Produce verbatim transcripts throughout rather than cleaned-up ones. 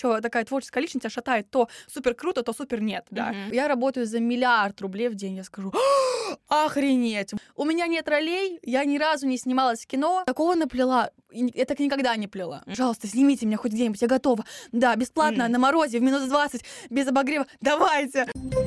Что такая творческая личность тебя шатает то супер круто, то супер нет, да. Uh-huh. Я работаю за миллиард рублей в день, я скажу, охренеть. У меня нет ролей, я ни разу не снималась в кино, такого наплела, я так никогда не плела. Пожалуйста, снимите меня хоть где-нибудь, я готова. Да, бесплатно, mm. на морозе, в минус двадцать, без обогрева, давайте.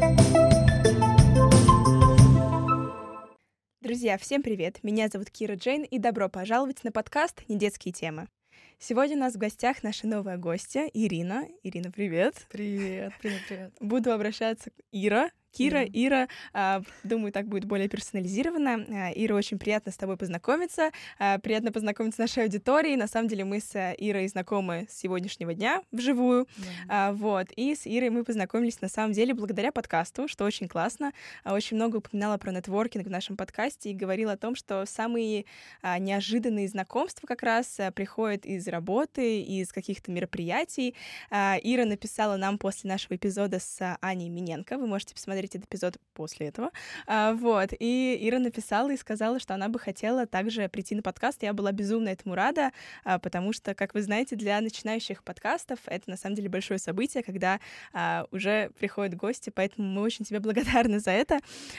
Друзья, всем привет! Меня зовут Кира Джейн, и добро пожаловать на подкаст «Недетские темы». Сегодня у нас в гостях наша новая гостья Ирина. Ирина, привет! Привет, привет, привет. Буду обращаться к Ира. Кира, mm-hmm. Ира, а, думаю, так будет более персонализированно. А, Ира, очень приятно с тобой познакомиться. А, приятно познакомиться с нашей аудиторией. На самом деле мы с Ирой знакомы с сегодняшнего дня вживую. Mm-hmm. А, вот. И с Ирой мы познакомились на самом деле благодаря подкасту, что очень классно. А, очень много упоминала про нетворкинг в нашем подкасте и говорила о том, что самые а, неожиданные знакомства как раз а, приходят из работы, из каких-то мероприятий. А, Ира написала нам после нашего эпизода с Аней Миненко. Вы можете посмотреть этот эпизод после этого. А, вот. И Ира написала и сказала, что она бы хотела также прийти на подкаст. Я была безумно этому рада, а, потому что, как вы знаете, для начинающих подкастов это на самом деле большое событие, когда а, уже приходят гости, поэтому мы очень тебе благодарны за это.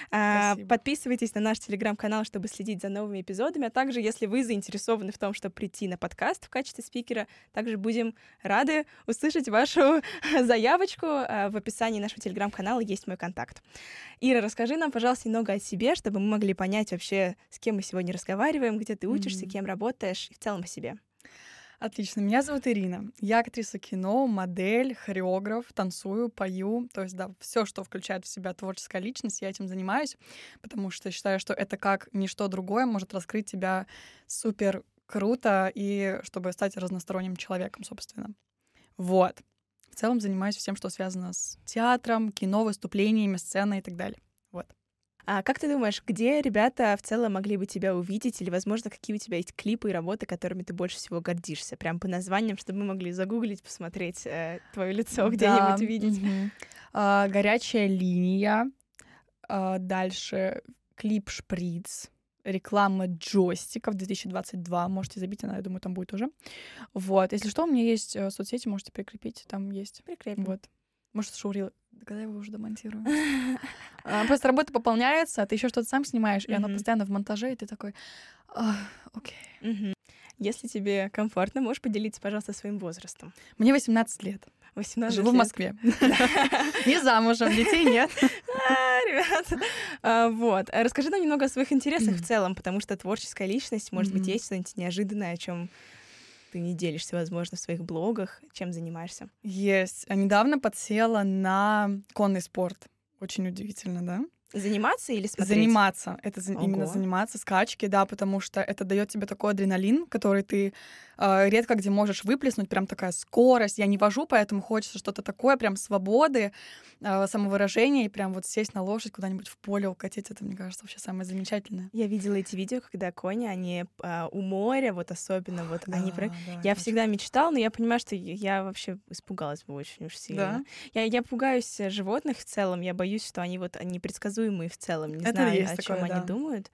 А, подписывайтесь на наш телеграм-канал, чтобы следить за новыми эпизодами, а также, если вы заинтересованы в том, чтобы прийти на подкаст в качестве спикера, также будем рады услышать вашу заявочку. А, в описании нашего телеграм-канала есть мой контакт. Ира, расскажи нам, пожалуйста, немного о себе, чтобы мы могли понять вообще, с кем мы сегодня разговариваем, где ты учишься, mm-hmm. кем работаешь, и в целом о себе. Отлично. Меня зовут Ирина. Я актриса кино, модель, хореограф, танцую, пою. То есть, да, все, что включает в себя творческая личность, я этим занимаюсь, потому что считаю, что это как ничто другое может раскрыть тебя супер круто и чтобы стать разносторонним человеком, собственно. Вот. В целом занимаюсь всем, что связано с театром, кино, выступлениями, сценой и так далее. Вот. А как ты думаешь, где ребята в целом могли бы тебя увидеть? Или, возможно, какие у тебя есть клипы и работы, которыми ты больше всего гордишься? Прям по названиям, чтобы мы могли загуглить, посмотреть э, твое лицо, где-нибудь да. увидеть. Mm-hmm. А, «Горячая линия». А, дальше клип «Шприц». Реклама джойстиков две тысячи двадцать два. Можете забить, она, я думаю, там будет уже. Вот. Если что, у меня есть э, соцсети, можете прикрепить. Там есть. Прикрепим. Вот. Может, шоурил. Когда я его уже домонтирую? Просто работа пополняется, а ты еще что-то сам снимаешь, и оно постоянно в монтаже, и ты такой, окей. Если тебе комфортно, можешь поделиться, пожалуйста, своим возрастом. Мне восемнадцать лет. восемнадцать Живу лет. в Москве. Не замужем, детей нет. Ребята. Вот. Расскажи нам немного о своих интересах в целом, потому что творческая личность, может быть, есть что-нибудь неожиданное, о чем ты не делишься, возможно, в своих блогах, чем занимаешься? Есть. А недавно подсела на конный спорт. Очень удивительно, да? Заниматься или смотреть? Заниматься. Это за... именно заниматься, скачки, да, потому что это дает тебе такой адреналин, который ты э, редко где можешь выплеснуть, прям такая скорость. Я не вожу, поэтому хочется что-то такое, прям свободы, э, самовыражения, и прям вот сесть на лошадь куда-нибудь в поле укатить. Это, мне кажется, вообще самое замечательное. Я видела эти видео, когда кони, они э, у моря, вот особенно, вот да, они... Да, я очень... всегда мечтала, но я понимаю, что я вообще испугалась бы очень уж сильно. Да? Я, я пугаюсь животных в целом, я боюсь, что они вот они непредсказуемые в целом. Не это знаю, есть о такое, чем да. они думают.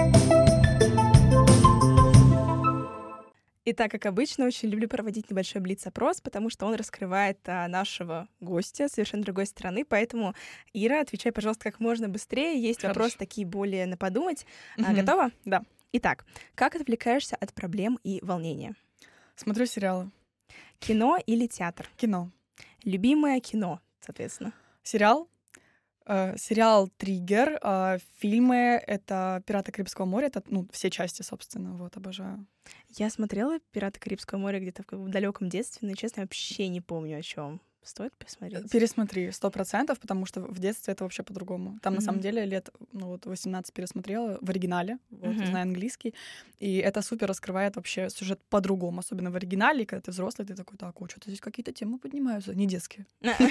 И так, как обычно, очень люблю проводить небольшой блиц-опрос, потому что он раскрывает а, нашего гостя совершенно другой стороны. Поэтому, Ира, отвечай, пожалуйста, как можно быстрее. Есть Хорошо. вопросы такие более на подумать. Угу. А, готова? Да. Итак, как отвлекаешься от проблем и волнения? Смотрю сериалы. Кино или театр? Кино. Любимое кино, соответственно. Сериал. Uh, сериал «Триггер», uh, фильмы — это «Пираты Карибского моря», это, ну, все части, собственно, вот, обожаю. Я смотрела «Пираты Карибского моря» где-то в, в далеком детстве, но, честно, вообще не помню, о чем. Стоит посмотреть? Пересмотри, сто процентов, потому что в детстве это вообще по-другому. Там, mm-hmm. на самом деле, лет, ну, вот восемнадцать пересмотрела в оригинале, вот, mm-hmm. знаю английский, и это супер раскрывает вообще сюжет по-другому, особенно в оригинале, когда ты взрослый, ты такой, так, о, что-то здесь какие-то темы поднимаются, не детские.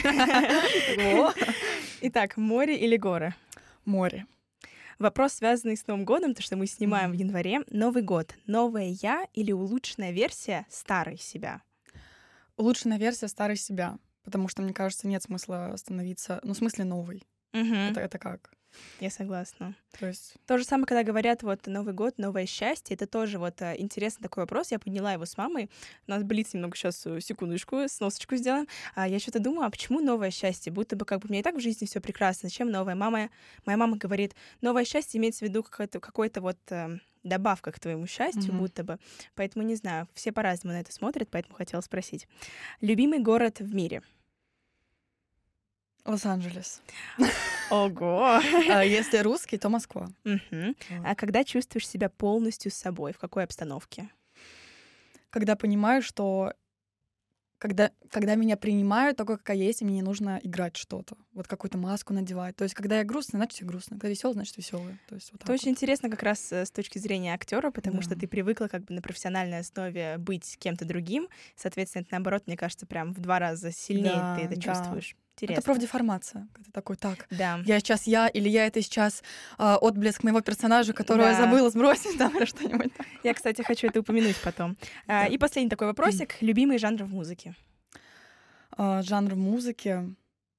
Итак, море или горы? Море. Вопрос, связанный с Новым годом, то, что мы снимаем в январе. Новый год. Новое я или улучшенная версия старой себя? Улучшенная версия старой себя. Потому что, мне кажется, нет смысла становиться... Ну, в смысле, новый. Uh-huh. Это, это как? Я согласна. То есть... То же самое, когда говорят, вот, Новый год, новое счастье, это тоже вот э, интересный такой вопрос. Я подняла его с мамой. У нас блиц немного сейчас, секундочку, сносочку сделаем. А я что-то думаю, а почему новое счастье? Будто бы как бы у меня и так в жизни все прекрасно. Зачем новое? Мама, моя мама говорит, новое счастье имеется в виду какой-то, какой-то вот э, добавка к твоему счастью, mm-hmm. будто бы. Поэтому не знаю, все по-разному на это смотрят, поэтому хотела спросить. Любимый город в мире? Лос-Анджелес. Ого! А если русский, то Москва. Угу. Вот. А когда чувствуешь себя полностью собой? В какой обстановке? Когда понимаю, что когда, когда меня принимают такой, какая я есть, и мне не нужно играть что-то. Вот какую-то маску надевать. То есть, когда я грустная, значит, я грустная. Когда веселая, значит, веселая. То есть, вот это очень вот. Интересно как раз с точки зрения актера, потому да. что ты привыкла как бы на профессиональной основе быть кем-то другим. Соответственно, это, наоборот, мне кажется, прям в два раза сильнее да, ты это да. чувствуешь. Интересно. Это профдеформация. Это такой, так, да. я сейчас я, или я это сейчас э, отблеск моего персонажа, которого да. я забыла сбросить, там, или что-нибудь. Я, кстати, хочу это упомянуть потом. Да. И последний такой вопросик. Любимый жанр в музыке? А, жанр в музыке?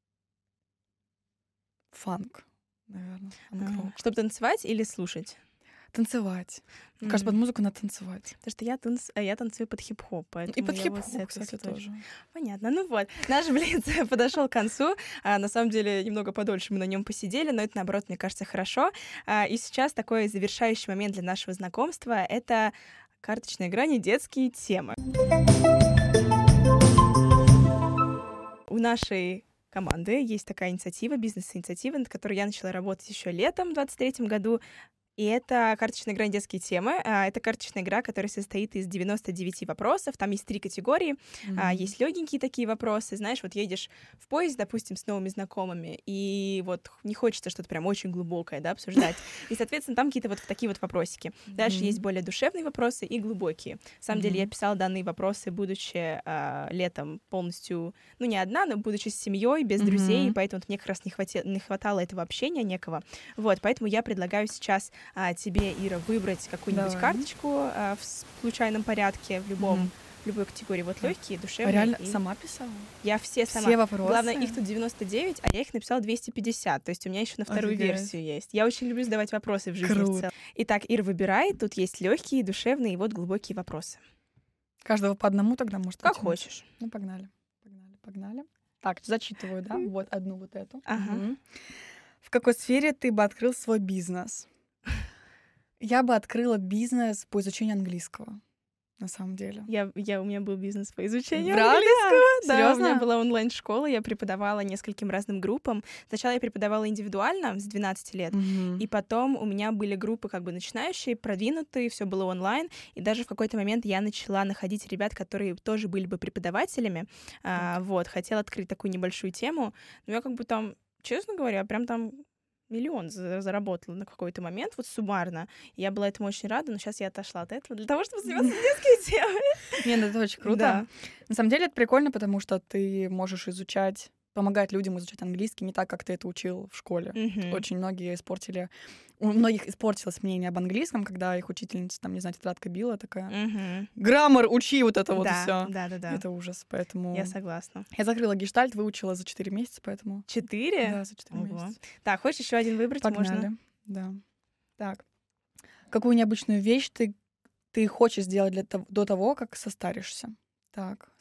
Фанк, наверное. А, чтобы танцевать или слушать? Танцевать. Мне mm. кажется, под музыку надо танцевать. Потому что я, танц... я танцую под хип-хоп. И под хип-хоп, вот кстати, тоже. Понятно. Ну вот, наш блиц подошел к концу. А, на самом деле, немного подольше мы на нем посидели, но это, наоборот, мне кажется, хорошо. А, и сейчас такой завершающий момент для нашего знакомства — это карточная игра «Не детские темы». У нашей команды есть такая инициатива, бизнес-инициатива, над которой я начала работать еще летом в двадцать третьем году. И это карточная игра «Детские темы». Это карточная игра, которая состоит из девяноста девяти вопросов. Там есть три категории. Mm-hmm. Есть легенькие такие вопросы. Знаешь, вот едешь в поезд, допустим, с новыми знакомыми, и вот не хочется что-то прям очень глубокое, да, обсуждать. И, соответственно, там какие-то вот такие вот вопросики. Дальше mm-hmm. есть более душевные вопросы и глубокие. На самом mm-hmm. деле я писала данные вопросы, будучи а, летом полностью, ну, не одна, но будучи с семьей, без mm-hmm. друзей, и поэтому мне как раз не, хвати... не хватало этого общения некого. Вот, поэтому я предлагаю сейчас А, тебе, Ира, выбрать какую-нибудь Давай. карточку а, в случайном порядке, в любом, mm-hmm. в любой категории. Вот легкие, душевные. А реально и... сама писала? Я все сама. Все вопросы? Главное, их тут девяносто девять, а я их написала двести пятьдесят. То есть у меня еще на вторую Офигеть. версию есть. Я очень люблю задавать вопросы в жизни Круто. в целом. Итак, Ира выбирает. Тут есть легкие, душевные и вот глубокие вопросы. Каждого по одному тогда, может, как потянуть. хочешь. Ну, погнали. Погнали, погнали. Так, зачитываю, да? Вот одну вот эту. Ага. Угу. В какой сфере ты бы открыл свой бизнес? Я бы открыла бизнес по изучению английского, на самом деле. Я, я, у меня был бизнес по изучению Правда? английского. Да, Серьезно? у меня была онлайн-школа, я преподавала нескольким разным группам. Сначала я преподавала индивидуально с двенадцати лет, mm-hmm. и потом у меня были группы как бы начинающие, продвинутые, все было онлайн, и даже в какой-то момент я начала находить ребят, которые тоже были бы преподавателями. Mm-hmm. А, вот, хотела открыть такую небольшую тему, но я как бы там, честно говоря, прям там... миллион заработала на какой-то момент, вот суммарно. Я была этому очень рада, но сейчас я отошла от этого для того, чтобы заниматься детскими темами. Нет, это очень круто. Да. На самом деле это прикольно, потому что ты можешь изучать, помогать людям изучать английский не так, как ты это учил в школе. Mm-hmm. Очень многие испортили... У многих испортилось мнение об английском, когда их учительница, там, не знаю, тетрадка била, такая, mm-hmm. граммар, учи вот это вот да, все. Да, да, да. Это ужас, поэтому... Я согласна. Я закрыла гештальт, выучила за четыре месяца, поэтому... Четыре? Да, за четыре месяца. Так, хочешь еще один выбрать? Погнали. Можно? Да. Так. Какую необычную вещь ты, ты хочешь сделать для того, до того, как состаришься? Так.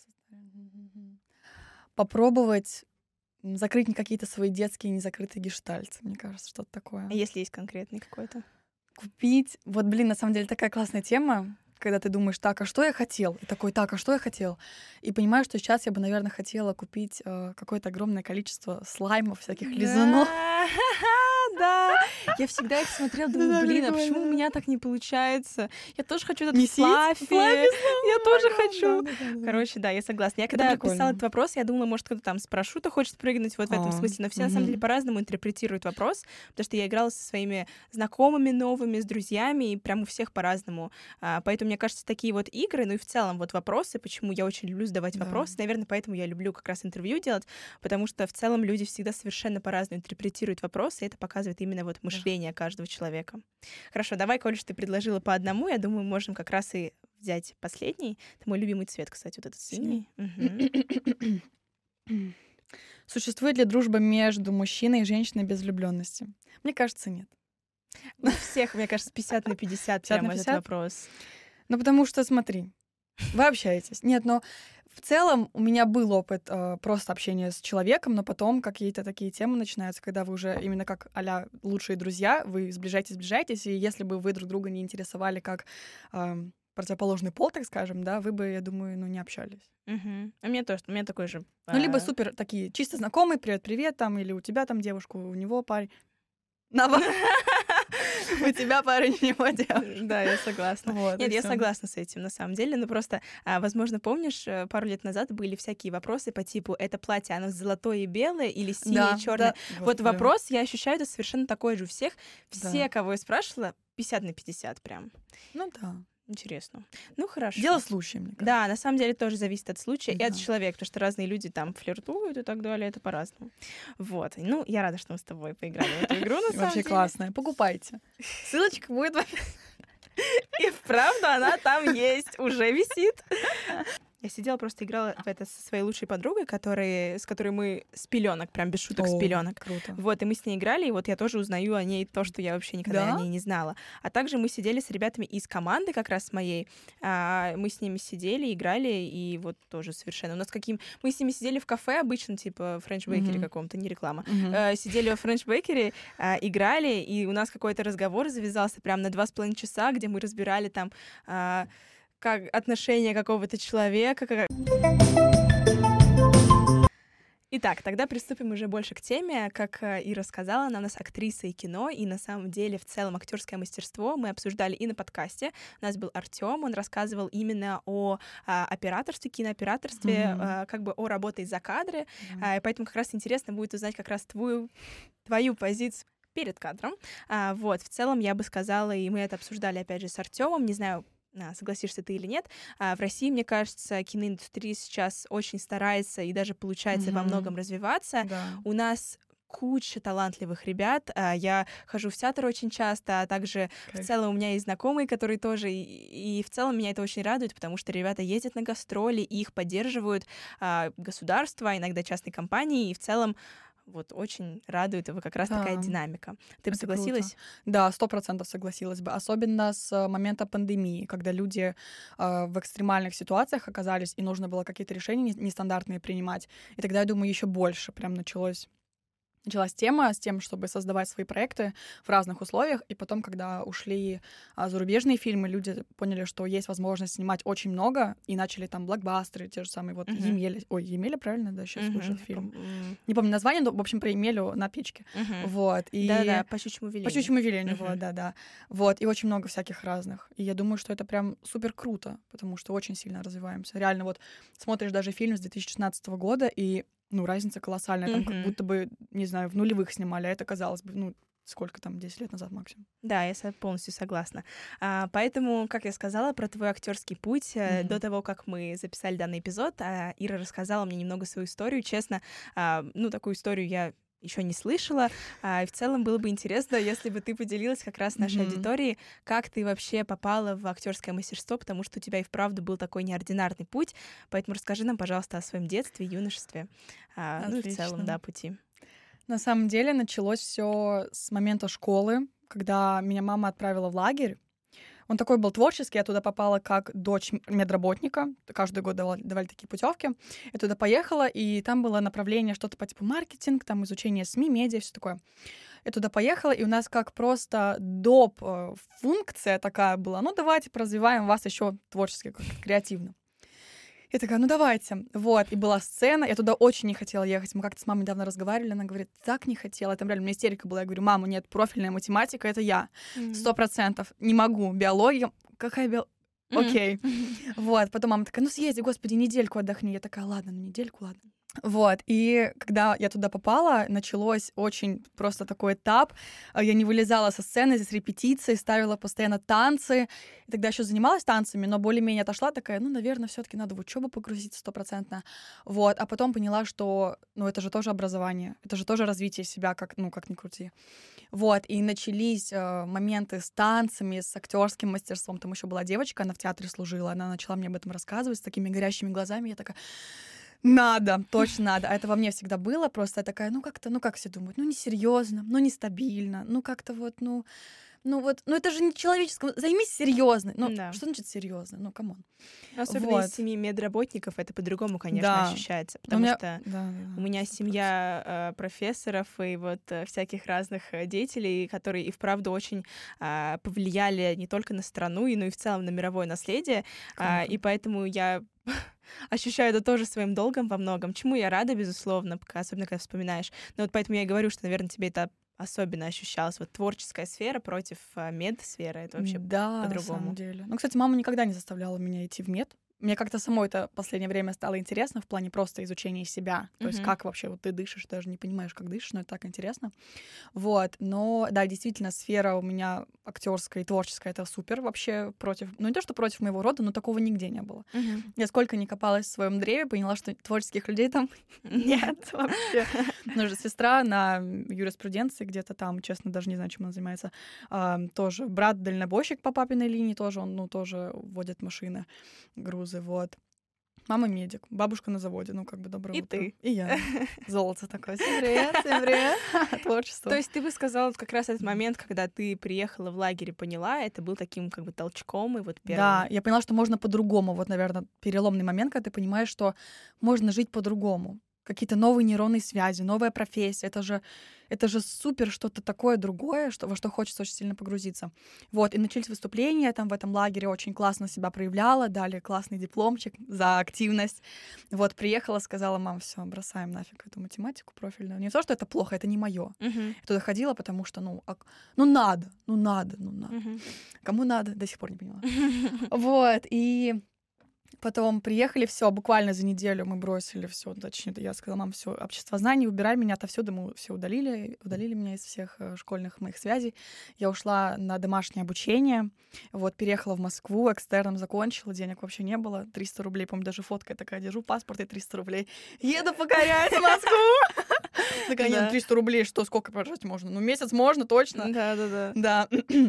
Попробовать закрыть какие-то свои детские незакрытые гештальты, мне кажется, что-то такое. А если есть конкретный какой-то? Купить... Вот, блин, на самом деле такая классная тема, когда ты думаешь, так, а что я хотел? И такой, так, а что я хотел? И понимаю, что сейчас я бы, наверное, хотела купить э, какое-то огромное количество слаймов, всяких лизунов. Да, я всегда их смотрела, думаю, Да, блин, а прикольно. почему у меня так не получается? Я тоже хочу этот Месить? флаффи. Флаффи Я тоже хочу. Да, да, да, да. Короче, да, я согласна. Я когда прикольно. писала этот вопрос, я думала, может, кто-то там с парашюта хочет прыгнуть вот в этом А, смысле, но все на мгм. самом деле по-разному интерпретируют вопрос, потому что я играла со своими знакомыми новыми, с друзьями, и прям у всех по-разному. А, поэтому, мне кажется, такие вот игры, ну и в целом вот вопросы, почему я очень люблю задавать Да. вопросы, наверное, поэтому я люблю как раз интервью делать, потому что в целом люди всегда совершенно по-разному интерпретируют вопросы, и это показывает именно вот мышление каждого человека. Хорошо, давай, коль уж ты предложила по одному, я думаю, можем как раз и взять последний. Это мой любимый цвет, кстати, вот этот синий. Мгм. Существует ли дружба между мужчиной и женщиной без влюбленности? Мне кажется, нет. У всех, мне кажется, пятьдесят на пятьдесят пятьдесят прям на этот пятьдесят? вопрос. Ну, потому что, смотри, вы общаетесь. Нет, но в целом у меня был опыт э, просто общения с человеком, но потом какие-то такие темы начинаются, когда вы уже именно как а-ля лучшие друзья, вы сближаетесь, сближаетесь, и если бы вы друг друга не интересовали как э, противоположный пол, так скажем, да, вы бы, я думаю, ну, не общались. Угу. А мне тоже, у меня такой же. Ну, либо а, супер такие чисто знакомые, привет-привет, там, или у тебя там девушка, у него парень. Наоборот. У тебя парень, у него девушка. Да, я согласна. Вот, Нет, и я всё. согласна с этим, на самом деле. Ну, просто, а, возможно, помнишь, э, пару лет назад были всякие вопросы по типу, это платье, оно золотое и белое или синее Да, и черное. да. Вот Господи. вопрос, я ощущаю, это совершенно такой же у всех. Да. Все, кого я спрашивала, пятьдесят на пятьдесят прям. Ну да. Интересно. Ну, хорошо. Дело случая, мне кажется. Да, на самом деле тоже зависит от случая и от Да. человека, потому что разные люди там флиртуют и так далее, это по-разному. Вот. Ну, я рада, что мы с тобой поиграли в эту игру, на самом Вообще деле. классная. Покупайте. Ссылочка будет в И вправду она там есть, уже висит. Я сидела, просто играла в это со своей лучшей подругой, который, с которой мы с пеленок, прям без шуток, с О, пеленок. Круто. Вот, и мы с ней играли, и вот я тоже узнаю о ней то, что я вообще никогда Да? о ней не знала. А также мы сидели с ребятами из команды как раз моей, а, мы с ними сидели, играли, и вот тоже совершенно... У нас каким... Мы с ними сидели в кафе обычно, типа Френч Бейкери Мгм. каком-то, не реклама. Мгм. Э, Сидели во Френч Бейкери, а, играли, и у нас какой-то разговор завязался прям на два с половиной часа, где мы разбирали там... а, как отношение какого-то человека. Как... Итак, тогда приступим уже больше к теме. Как э, Ира сказала, она у нас актриса и кино, и на самом деле в целом актерское мастерство мы обсуждали и на подкасте. У нас был Артём, он рассказывал именно о а, операторстве, кинооператорстве, Мгм. а, как бы о работе за кадры. Да. А, и поэтому как раз интересно будет узнать как раз твою, твою позицию перед кадром. А, вот, в целом я бы сказала, и мы это обсуждали опять же с Артёмом, не знаю, а, согласишься ты или нет, а, в России, мне кажется, киноиндустрия сейчас очень старается и даже получается во Мгм. многом развиваться. Да. У нас куча талантливых ребят. а, Я хожу в театр очень часто, а также в Кайф. целом у меня есть знакомые, которые тоже, и, и в целом меня это очень радует, потому что ребята ездят на гастроли, и их поддерживают а, государство, иногда частные компании, и в целом вот очень радует его как раз такая Да. динамика. Ты бы Это круто. согласилась? Да, сто процентов согласилась бы. Особенно с э, момента пандемии, когда люди э, в экстремальных ситуациях оказались, и нужно было какие-то решения не- нестандартные принимать. И тогда, я думаю, еще больше прям началось началась тема с тем, чтобы создавать свои проекты в разных условиях. И потом, когда ушли а, зарубежные фильмы, люди поняли, что есть возможность снимать очень много, и начали там блокбастеры, те же самые вот Мгм. Емеля. Ой, Емеля, правильно, да, сейчас Мгм. слушает фильм. М, Не помню название, но, в общем, про Емелю на печке. мгм. Вот. И... Да-да, по щучьему велению. По щучьему велению, Мгм. вот, да-да. Вот, и очень много всяких разных. И я думаю, что это прям супер круто, потому что очень сильно развиваемся. Реально, вот смотришь даже фильм с две тысячи шестнадцатого года, и, ну, разница колоссальная. Там как Мгм. будто бы, не знаю, в нулевых снимали, а это, казалось бы, ну, сколько там, десять лет назад максимум. Да, я со- полностью согласна. А, поэтому, как я сказала, про твой актерский путь, э, Мгм. до того, как мы записали данный эпизод, а, Ира рассказала мне немного свою историю. Честно, а, ну, такую историю я еще не слышала. А, и в целом было бы интересно, если бы ты поделилась как раз с нашей Мгм. аудиторией, как ты вообще попала в актерское мастерство, потому что у тебя и вправду был такой неординарный путь. Поэтому расскажи нам, пожалуйста, о своем детстве, юношестве, а, ну и в целом, Отлично. да, пути. На самом деле началось все с момента школы, когда меня мама отправила в лагерь. Он такой был творческий, я туда попала как дочь м- медработника. Каждый год давали, давали такие путевки. Я туда поехала, и там было направление что-то по типу маркетинг, там изучение СМИ, медиа, все такое. Я туда поехала, и у нас как просто доп. э, функция такая была. Ну, давайте развиваем вас еще творчески, как креативно. Я такая, ну давайте. Вот, и была сцена. Я туда очень не хотела ехать. Мы как-то с мамой недавно разговаривали, она говорит, так не хотела. Там реально у меня истерика была. Я говорю, мама, нет, профильная математика — это я. Сто процентов. Не могу. Биология. Какая биология? Окей. Вот, потом мама такая, ну съезди, господи, недельку отдохни. Я такая, ладно, ну недельку, ладно. Вот, и когда я туда попала, началось очень просто такой этап. А, Я не вылезала со сцены, здесь репетиции, ставила постоянно танцы. И тогда еще занималась танцами, но более-менее отошла такая, ну, наверное, все-таки надо в учебу погрузиться стопроцентно. Вот, а потом поняла, что, ну, это же тоже образование, это же тоже развитие себя, как, ну, как ни крути. Вот, и начались э, моменты с танцами, с актерским мастерством. Там еще была девочка, она в театре служила, она начала мне об этом рассказывать с такими горящими глазами. Я такая, Надо, точно надо. А это во мне всегда было. Просто я такая, ну как-то, ну как все думают, ну несерьезно, ну нестабильно, ну как-то вот, ну, ну вот, ну это же не человеческое. Займись серьезно. Ну, Да. что значит серьезно? Ну, камон. Особенно Вот. из семьи медработников это по-другому, конечно, Да. ощущается. У Потому меня- что да, да, у меня сто процентов. семья э, профессоров и вот э, всяких разных э, деятелей, которые и вправду очень а, повлияли не только на страну, и, но и в целом на мировое наследие. А, Круто. и поэтому я ощущаю это тоже своим долгом во многом, чему я рада, безусловно, пока- особенно когда вспоминаешь. Но вот поэтому я и говорю, что, наверное, тебе это особенно ощущалось. Вот творческая сфера против а, медсферы — это вообще Да, на по-другому. самом деле. Ну, кстати, мама никогда не заставляла меня идти в мед. Мне как-то самой это в последнее время стало интересно в плане просто изучения себя. То есть Мгм. как вообще вот ты дышишь, даже не понимаешь, как дышишь, но это так интересно. Вот. Но, да, действительно, сфера у меня актерская и творческая — это супер вообще против... Ну, не то, что против моего рода, но такого нигде не было. Мгм. Я сколько ни копалась в своем древе, поняла, что творческих людей там нет вообще. Ну же сестра на юриспруденции где-то там, честно, даже не знаю, чем она занимается. А, тоже брат дальнобойщик по папиной линии, тоже он, ну, тоже водит машины, грузы, вот. Мама медик, бабушка на заводе, ну, как бы доброе И утро. ты. И я. Золото такое. Всем привет, всем привет. Творчество. То есть ты бы сказала, вот как раз этот момент, когда ты приехала в лагерь и поняла, это был таким как бы толчком и вот первым... Да, я поняла, что можно по-другому. Вот, наверное, переломный момент, когда ты понимаешь, что можно жить по-другому. Какие-то новые нейронные связи, новая профессия. Это же, это же супер что-то такое другое, что, во что хочется очень сильно погрузиться. Вот, и начались выступления там в этом лагере, очень классно себя проявляла, дали классный дипломчик за активность. Вот, приехала, сказала: мам, все, бросаем нафиг эту математику профильную. Не то, что это плохо, это не мое. Мгм. Я туда ходила, потому что, ну, а- ну надо, ну надо, ну надо. Мгм. Кому надо, до сих пор не поняла. Вот, и потом приехали, все, буквально за неделю мы бросили все, точнее, я сказала: мам, все, общество знаний, убирай меня отовсюду, мы все удалили, удалили меня из всех э, школьных моих связей. Я ушла на домашнее обучение, вот, переехала в Москву, экстерном закончила, денег вообще не было, триста рублей, по-моему, даже фотка такая, держу паспорт и триста рублей. Еду покорять Москву! Такая: нет, Да. ну триста рублей, что, сколько прожить можно? Ну, месяц можно, точно. Да-да-да. Да.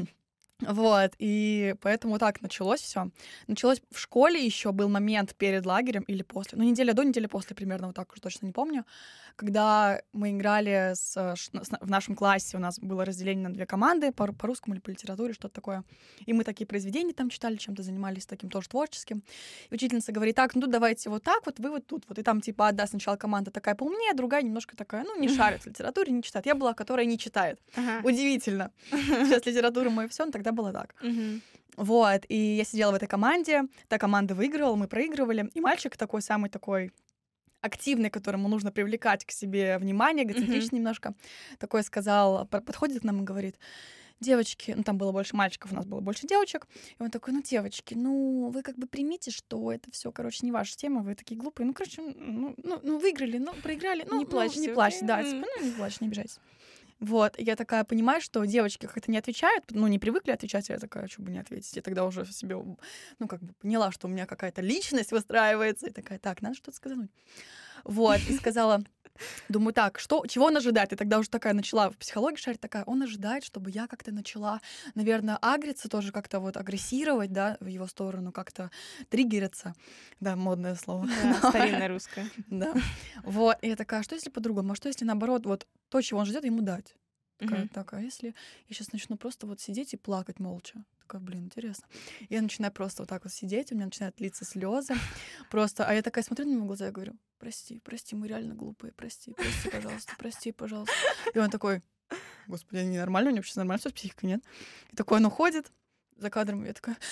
Вот, и поэтому так началось все. Началось в школе, еще был момент перед лагерем или после, ну, неделя до, неделя после примерно, вот так уж точно не помню, когда мы играли с, э, ш- с- в нашем классе, у нас было разделение на две команды, по, по русскому или по литературе, что-то такое. И мы такие произведения там читали, чем-то занимались таким тоже творческим. И учительница говорит: так, ну давайте вот так вот, вы вот тут вот. И там типа одна сначала команда такая поумнее, другая немножко такая, ну, не шарит в литературе, не читает. Я была, которая не читает. Ага. Удивительно. Сейчас литература мое все, но тогда было так. Мгм. Вот, и я сидела в этой команде, та команда выигрывала, мы проигрывали, и мальчик такой, самый такой активный, которому нужно привлекать к себе внимание, эгоцентричный немножко, такой сказал, по- подходит к нам и говорит: девочки, ну там было больше мальчиков, у нас было больше девочек, и он такой: ну, девочки, ну, вы как бы примите, что это все, короче, не ваша тема, вы такие глупые, ну, короче, ну, ну, ну, выиграли, ну, проиграли, ну, Не ну, плачьте, не окей? плачьте, да, М. типа, ну, не плачь, не обижайтесь. Вот, и я такая понимаю, что девочки как-то не отвечают, ну, не привыкли отвечать, я такая: что бы не ответить. Я тогда уже себе, ну, как бы поняла, что у меня какая-то личность выстраивается, и такая: так, надо что-то сказать. Вот, и сказала, думаю, так, что, чего он ожидает? И тогда уже такая начала в психологии шарить, такая: он ожидает, чтобы я как-то начала, наверное, агриться, тоже как-то вот агрессировать, да, в его сторону, как-то триггериться. Да, модное слово. Да, старинная русская. Да. Вот, и я такая: что если по-другому? А что если наоборот, вот то, чего он ждет, ему дать? Такая: Мгм. так, а если я сейчас начну просто вот сидеть и плакать молча? Такая: блин, интересно. И я начинаю просто вот так вот сидеть, у меня начинают литься слезы. Просто, а я такая смотрю на него в глаза и говорю: прости, прости, мы реально глупые, прости, прости, пожалуйста, прости, пожалуйста. И он такой: господи, они нормально, у него вообще нормально всё с психикой, нет? И такой он уходит за кадром, и я такая...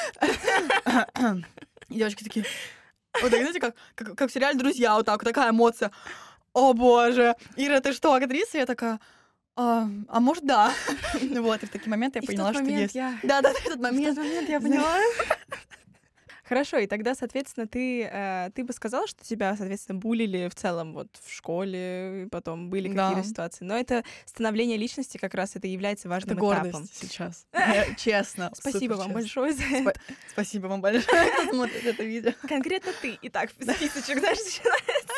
И девочки такие... Вот так, знаете, как, как, как в сериале «Друзья», вот так, вот такая эмоция. О, боже! Ира, ты что, актриса? Я такая: а, а может, да. Вот, и в такие моменты я И в поняла, тот что момент есть. я... Да, да, в этот В момент. тот момент я Знаешь, поняла. Хорошо, и тогда, соответственно, ты, э, ты бы сказала, что тебя, соответственно, булили в целом вот в школе, и потом были Да. какие-то ситуации. Но это становление личности как раз это является это важным гордость этапом. сейчас. Я- честно. Спасибо супер вам честно. большое за Спа- это. Спасибо вам большое, кто смотрит это видео. Конкретно ты. Итак, списочек, знаешь, начинается.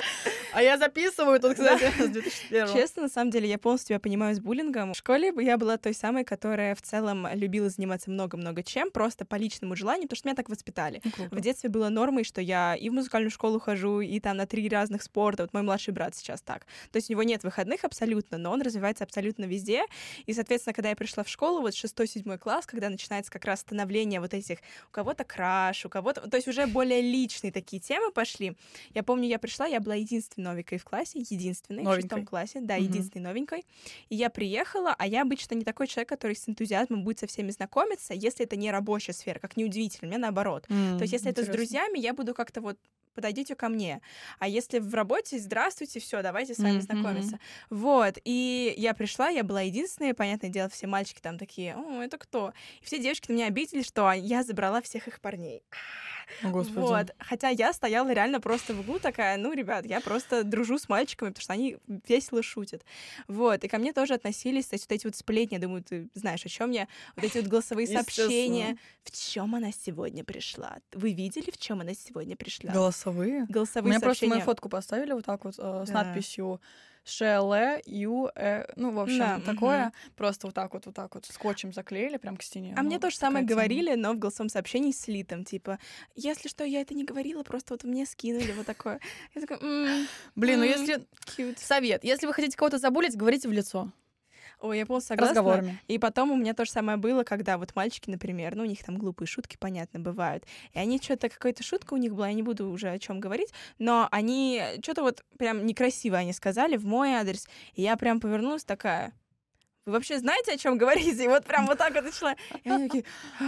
А я записываю тут, кстати, с две тысячи первого. Честно, на самом деле, я полностью тебя понимаю с буллингом. В школе я была той самой, которая в целом любила заниматься много-много чем, просто по личному желанию, потому что меня так воспитали. Ну, круто. В детстве было нормой, что я и в музыкальную школу хожу, и там на три разных спорта. Вот мой младший брат сейчас так. То есть у него нет выходных абсолютно, но он развивается абсолютно везде. И, соответственно, когда я пришла в школу, вот шестой-седьмой класс, когда начинается как раз становление вот этих у кого-то краш, у кого-то... То есть уже более личные такие темы пошли. Я помню, я пришла, я была единственной новенькой в классе, единственной Новенькой. в шестом классе, да, Мгм. единственной новенькой. И я приехала, а я обычно не такой человек, который с энтузиазмом будет со всеми знакомиться, если это не рабочая сфера, как неудивительно, у меня наоборот. М, То есть если это с интересно. друзьями, я буду как-то вот подойдите ко мне. А если в работе, здравствуйте, все, давайте с вами Мгм, знакомиться. Вот. И я пришла, я была единственная, понятное дело, все мальчики там такие, о, это кто? И все девочки на меня обиделись, что я забрала всех их парней. О, Господи. Вот. Хотя я стояла реально просто в углу такая, ну, ребят, я просто дружу с мальчиками, потому что они весело шутят. Вот. И ко мне тоже относились, кстати, вот эти вот сплетни, я думаю, ты знаешь, о чем я, вот эти вот голосовые сообщения. В чем она сегодня пришла? Вы видели, в чем она сегодня пришла? Голосовые? Голосовые Мне просто сообщения. мою фотку поставили вот так вот э, с Да. надписью ШЛ, Ю, э, ну, в общем, Да, такое. мгм. Просто вот так вот, вот так вот скотчем заклеили прям к стене. А Ну, мне то же такая самое тема. говорили, но в голосовом сообщении слитом, типа, если что, я это не говорила, просто вот мне скинули вот такое. Я такая, «М, Блин, ну м, если... cute». Совет. Если вы хотите кого-то забулить, говорите в лицо. Ой, я полностью согласна. Разговорами. И потом у меня то же самое было, когда вот мальчики, например, ну, у них там глупые шутки, понятно, бывают. И они что-то, какая-то шутка у них была, я не буду уже о чем говорить, но они что-то вот прям некрасиво они сказали в мой адрес. И я прям повернулась такая, вы вообще знаете, о чем говорите? И вот прям вот так вот начала. И они такие...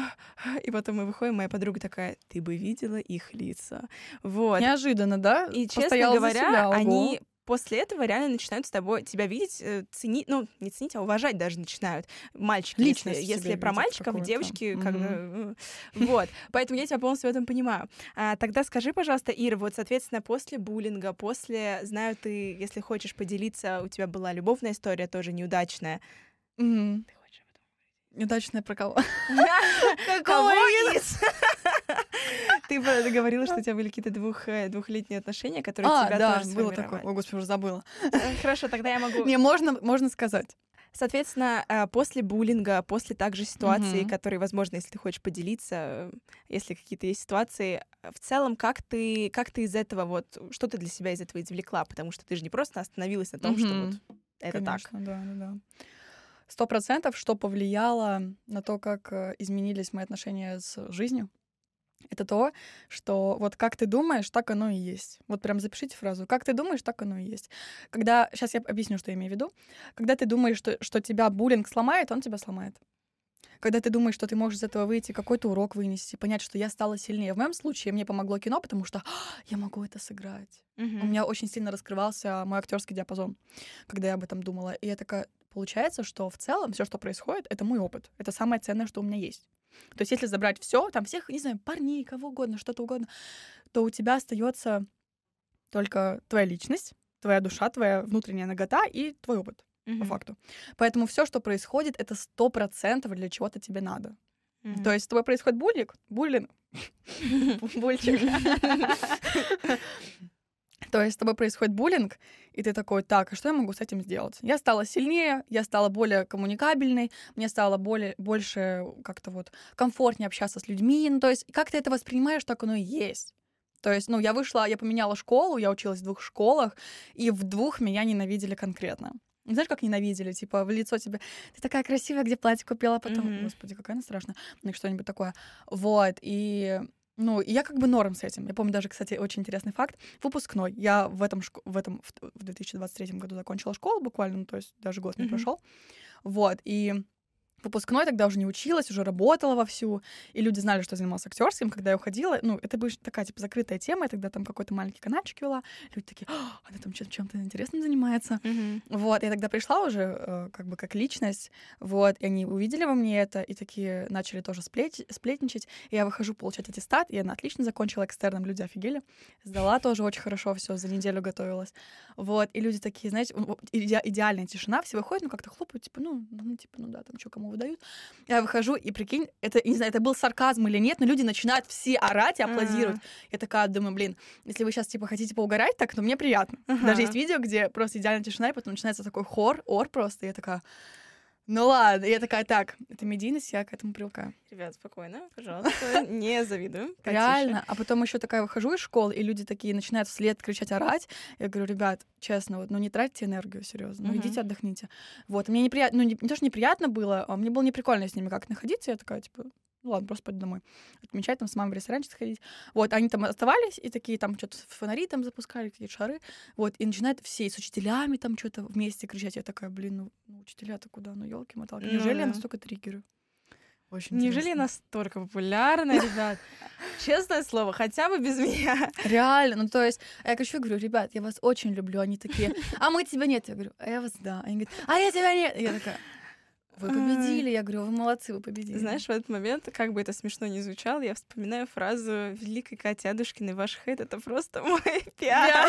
И потом мы выходим, моя подруга такая, ты бы видела их лица. Вот. Неожиданно, да? И, честно Постояла за говоря, себя, ого. они после этого реально начинают с тобой тебя видеть, э, ценить, ну, не ценить, а уважать даже начинают. Мальчики, Личность если, в если себе про видят мальчиков, какую-то. девочки, как бы... Мгм. э, Вот. Поэтому я тебя полностью в этом понимаю. А, тогда скажи, пожалуйста, Ира, вот, соответственно, после буллинга, после, знаю, ты, если хочешь поделиться, у тебя была любовная история тоже неудачная. Мгм. Ты хочешь об этом Неудачная про кого? говорить? Кого Какого из? Ты бы говорила, что у тебя были какие-то двух, э, двухлетние отношения, которые А, тебя да, тоже было такое. сформировали. О, господи, уже забыла. Э, Хорошо, тогда я могу... Не, можно, можно сказать. Соответственно, э, после буллинга, после также ситуации, Мгм. которые, возможно, если ты хочешь поделиться, э, если какие-то есть ситуации, э, в целом, как ты, как ты из этого вот, что ты для себя из этого извлекла? Потому что ты же не просто остановилась на том, что Мгм. вот это так. Конечно, да, да, да. Сто процентов, что повлияло на то, как э, изменились мои отношения с жизнью, это то, что вот как ты думаешь, так оно и есть. Вот прям запишите фразу. Как ты думаешь, так оно и есть. Когда... Сейчас я объясню, что я имею в виду. Когда ты думаешь, что, что тебя буллинг сломает, он тебя сломает. Когда ты думаешь, что ты можешь из этого выйти, какой-то урок вынести, понять, что я стала сильнее. В моем случае мне помогло кино, потому что «А, я могу это сыграть. У меня очень сильно раскрывался мой актерский диапазон, когда я об этом думала. И я такая, получается, что в целом все, что происходит, это мой опыт. Это самое ценное, что у меня есть. То есть, если забрать все, там всех, не знаю, парней, кого угодно, что-то угодно, то у тебя остается только твоя личность, твоя душа, твоя внутренняя нагота и твой опыт, по Мгм. факту. Поэтому все, что происходит, это сто процентов для чего-то тебе надо. Мгм. То есть с тобой происходит буллинг, буллинг, бульчик. То есть с тобой происходит буллинг, и ты такой, так, а что я могу с этим сделать? Я стала сильнее, я стала более коммуникабельной, мне стало более, больше как-то вот комфортнее общаться с людьми. Ну, то есть как ты это воспринимаешь, так оно и есть. То есть, ну, я вышла, я поменяла школу, я училась в двух школах, и в двух меня ненавидели конкретно. Знаешь, как ненавидели? Типа, в лицо тебе, ты такая красивая, где платье купила, потом, Мгм. господи, какая она страшная, ну, что-нибудь такое. Вот, и... Ну, и я как бы норм с этим. Я помню даже, кстати, очень интересный факт. Выпускной. Я в этом, шко- в этом в в две тысячи двадцать третьем году закончила школу буквально, ну, то есть даже год не Мгм. прошел. Вот, и выпускной тогда уже не училась, уже работала вовсю, и люди знали, что я занималась актерским, когда я уходила. Ну, это была такая, типа, закрытая тема, я тогда там какой-то маленький каналчик вела. Люди такие, «А, она там чем- чем-то интересным занимается. Мгм. Вот, я тогда пришла уже э, как бы как личность, вот, и они увидели во мне это, и такие начали тоже сплеть, сплетничать. И я выхожу получать аттестат, и она отлично закончила экстерном, люди офигели. Сдала тоже очень хорошо все, за неделю готовилась. Вот, и люди такие, знаете, иде- идеальная тишина, все выходят, ну, как-то хлопают, типа, ну, ну, типа, ну да, там, что, кому выдают. Я выхожу, и прикинь, это, не знаю, это был сарказм или нет, но люди начинают все орать и аплодировать. Uh-huh. Я такая думаю, блин, если вы сейчас, типа, хотите поугарать так, то мне приятно. Uh-huh. Даже есть видео, где просто идеальная тишина, и потом начинается такой хор, ор просто, и я такая... Ну ладно, я такая, так, это медийность, я к этому привыкаю. Ребят, спокойно, пожалуйста, не завидую. Реально, а потом еще такая выхожу из школы, и люди такие начинают вслед кричать, орать. Я говорю, ребят, честно, вот, ну не тратьте энергию, серьезно, ну идите отдохните. Вот, мне неприятно, ну не, не то, что неприятно было, а мне было неприкольно с ними как находиться, я такая, типа... Ну ладно, просто пойду домой. Отмечать там с мамой в ресторанчик сходить. Вот, они там оставались, и такие там что-то фонари там запускали, какие-то шары. Вот, и начинают все с учителями там что-то вместе кричать. Я такая, блин, ну, ну учителя-то куда? Ну, ёлки-моталки. Неужели ну, я настолько триггерю? Очень Неужели я настолько популярна, ребят? Честное слово, хотя бы без меня. Реально, ну то есть, я кричу, говорю, ребят, я вас очень люблю. Они такие, а мы тебя нет. Я говорю, а я вас да. Они говорят, а я тебя нет. Я такая... Вы победили, я говорю, вы молодцы, вы победили. Знаешь, в этот момент, как бы это смешно ни звучало, я вспоминаю фразу великой Кати Адушкиной: «Ваш хейт — это просто мой пиар».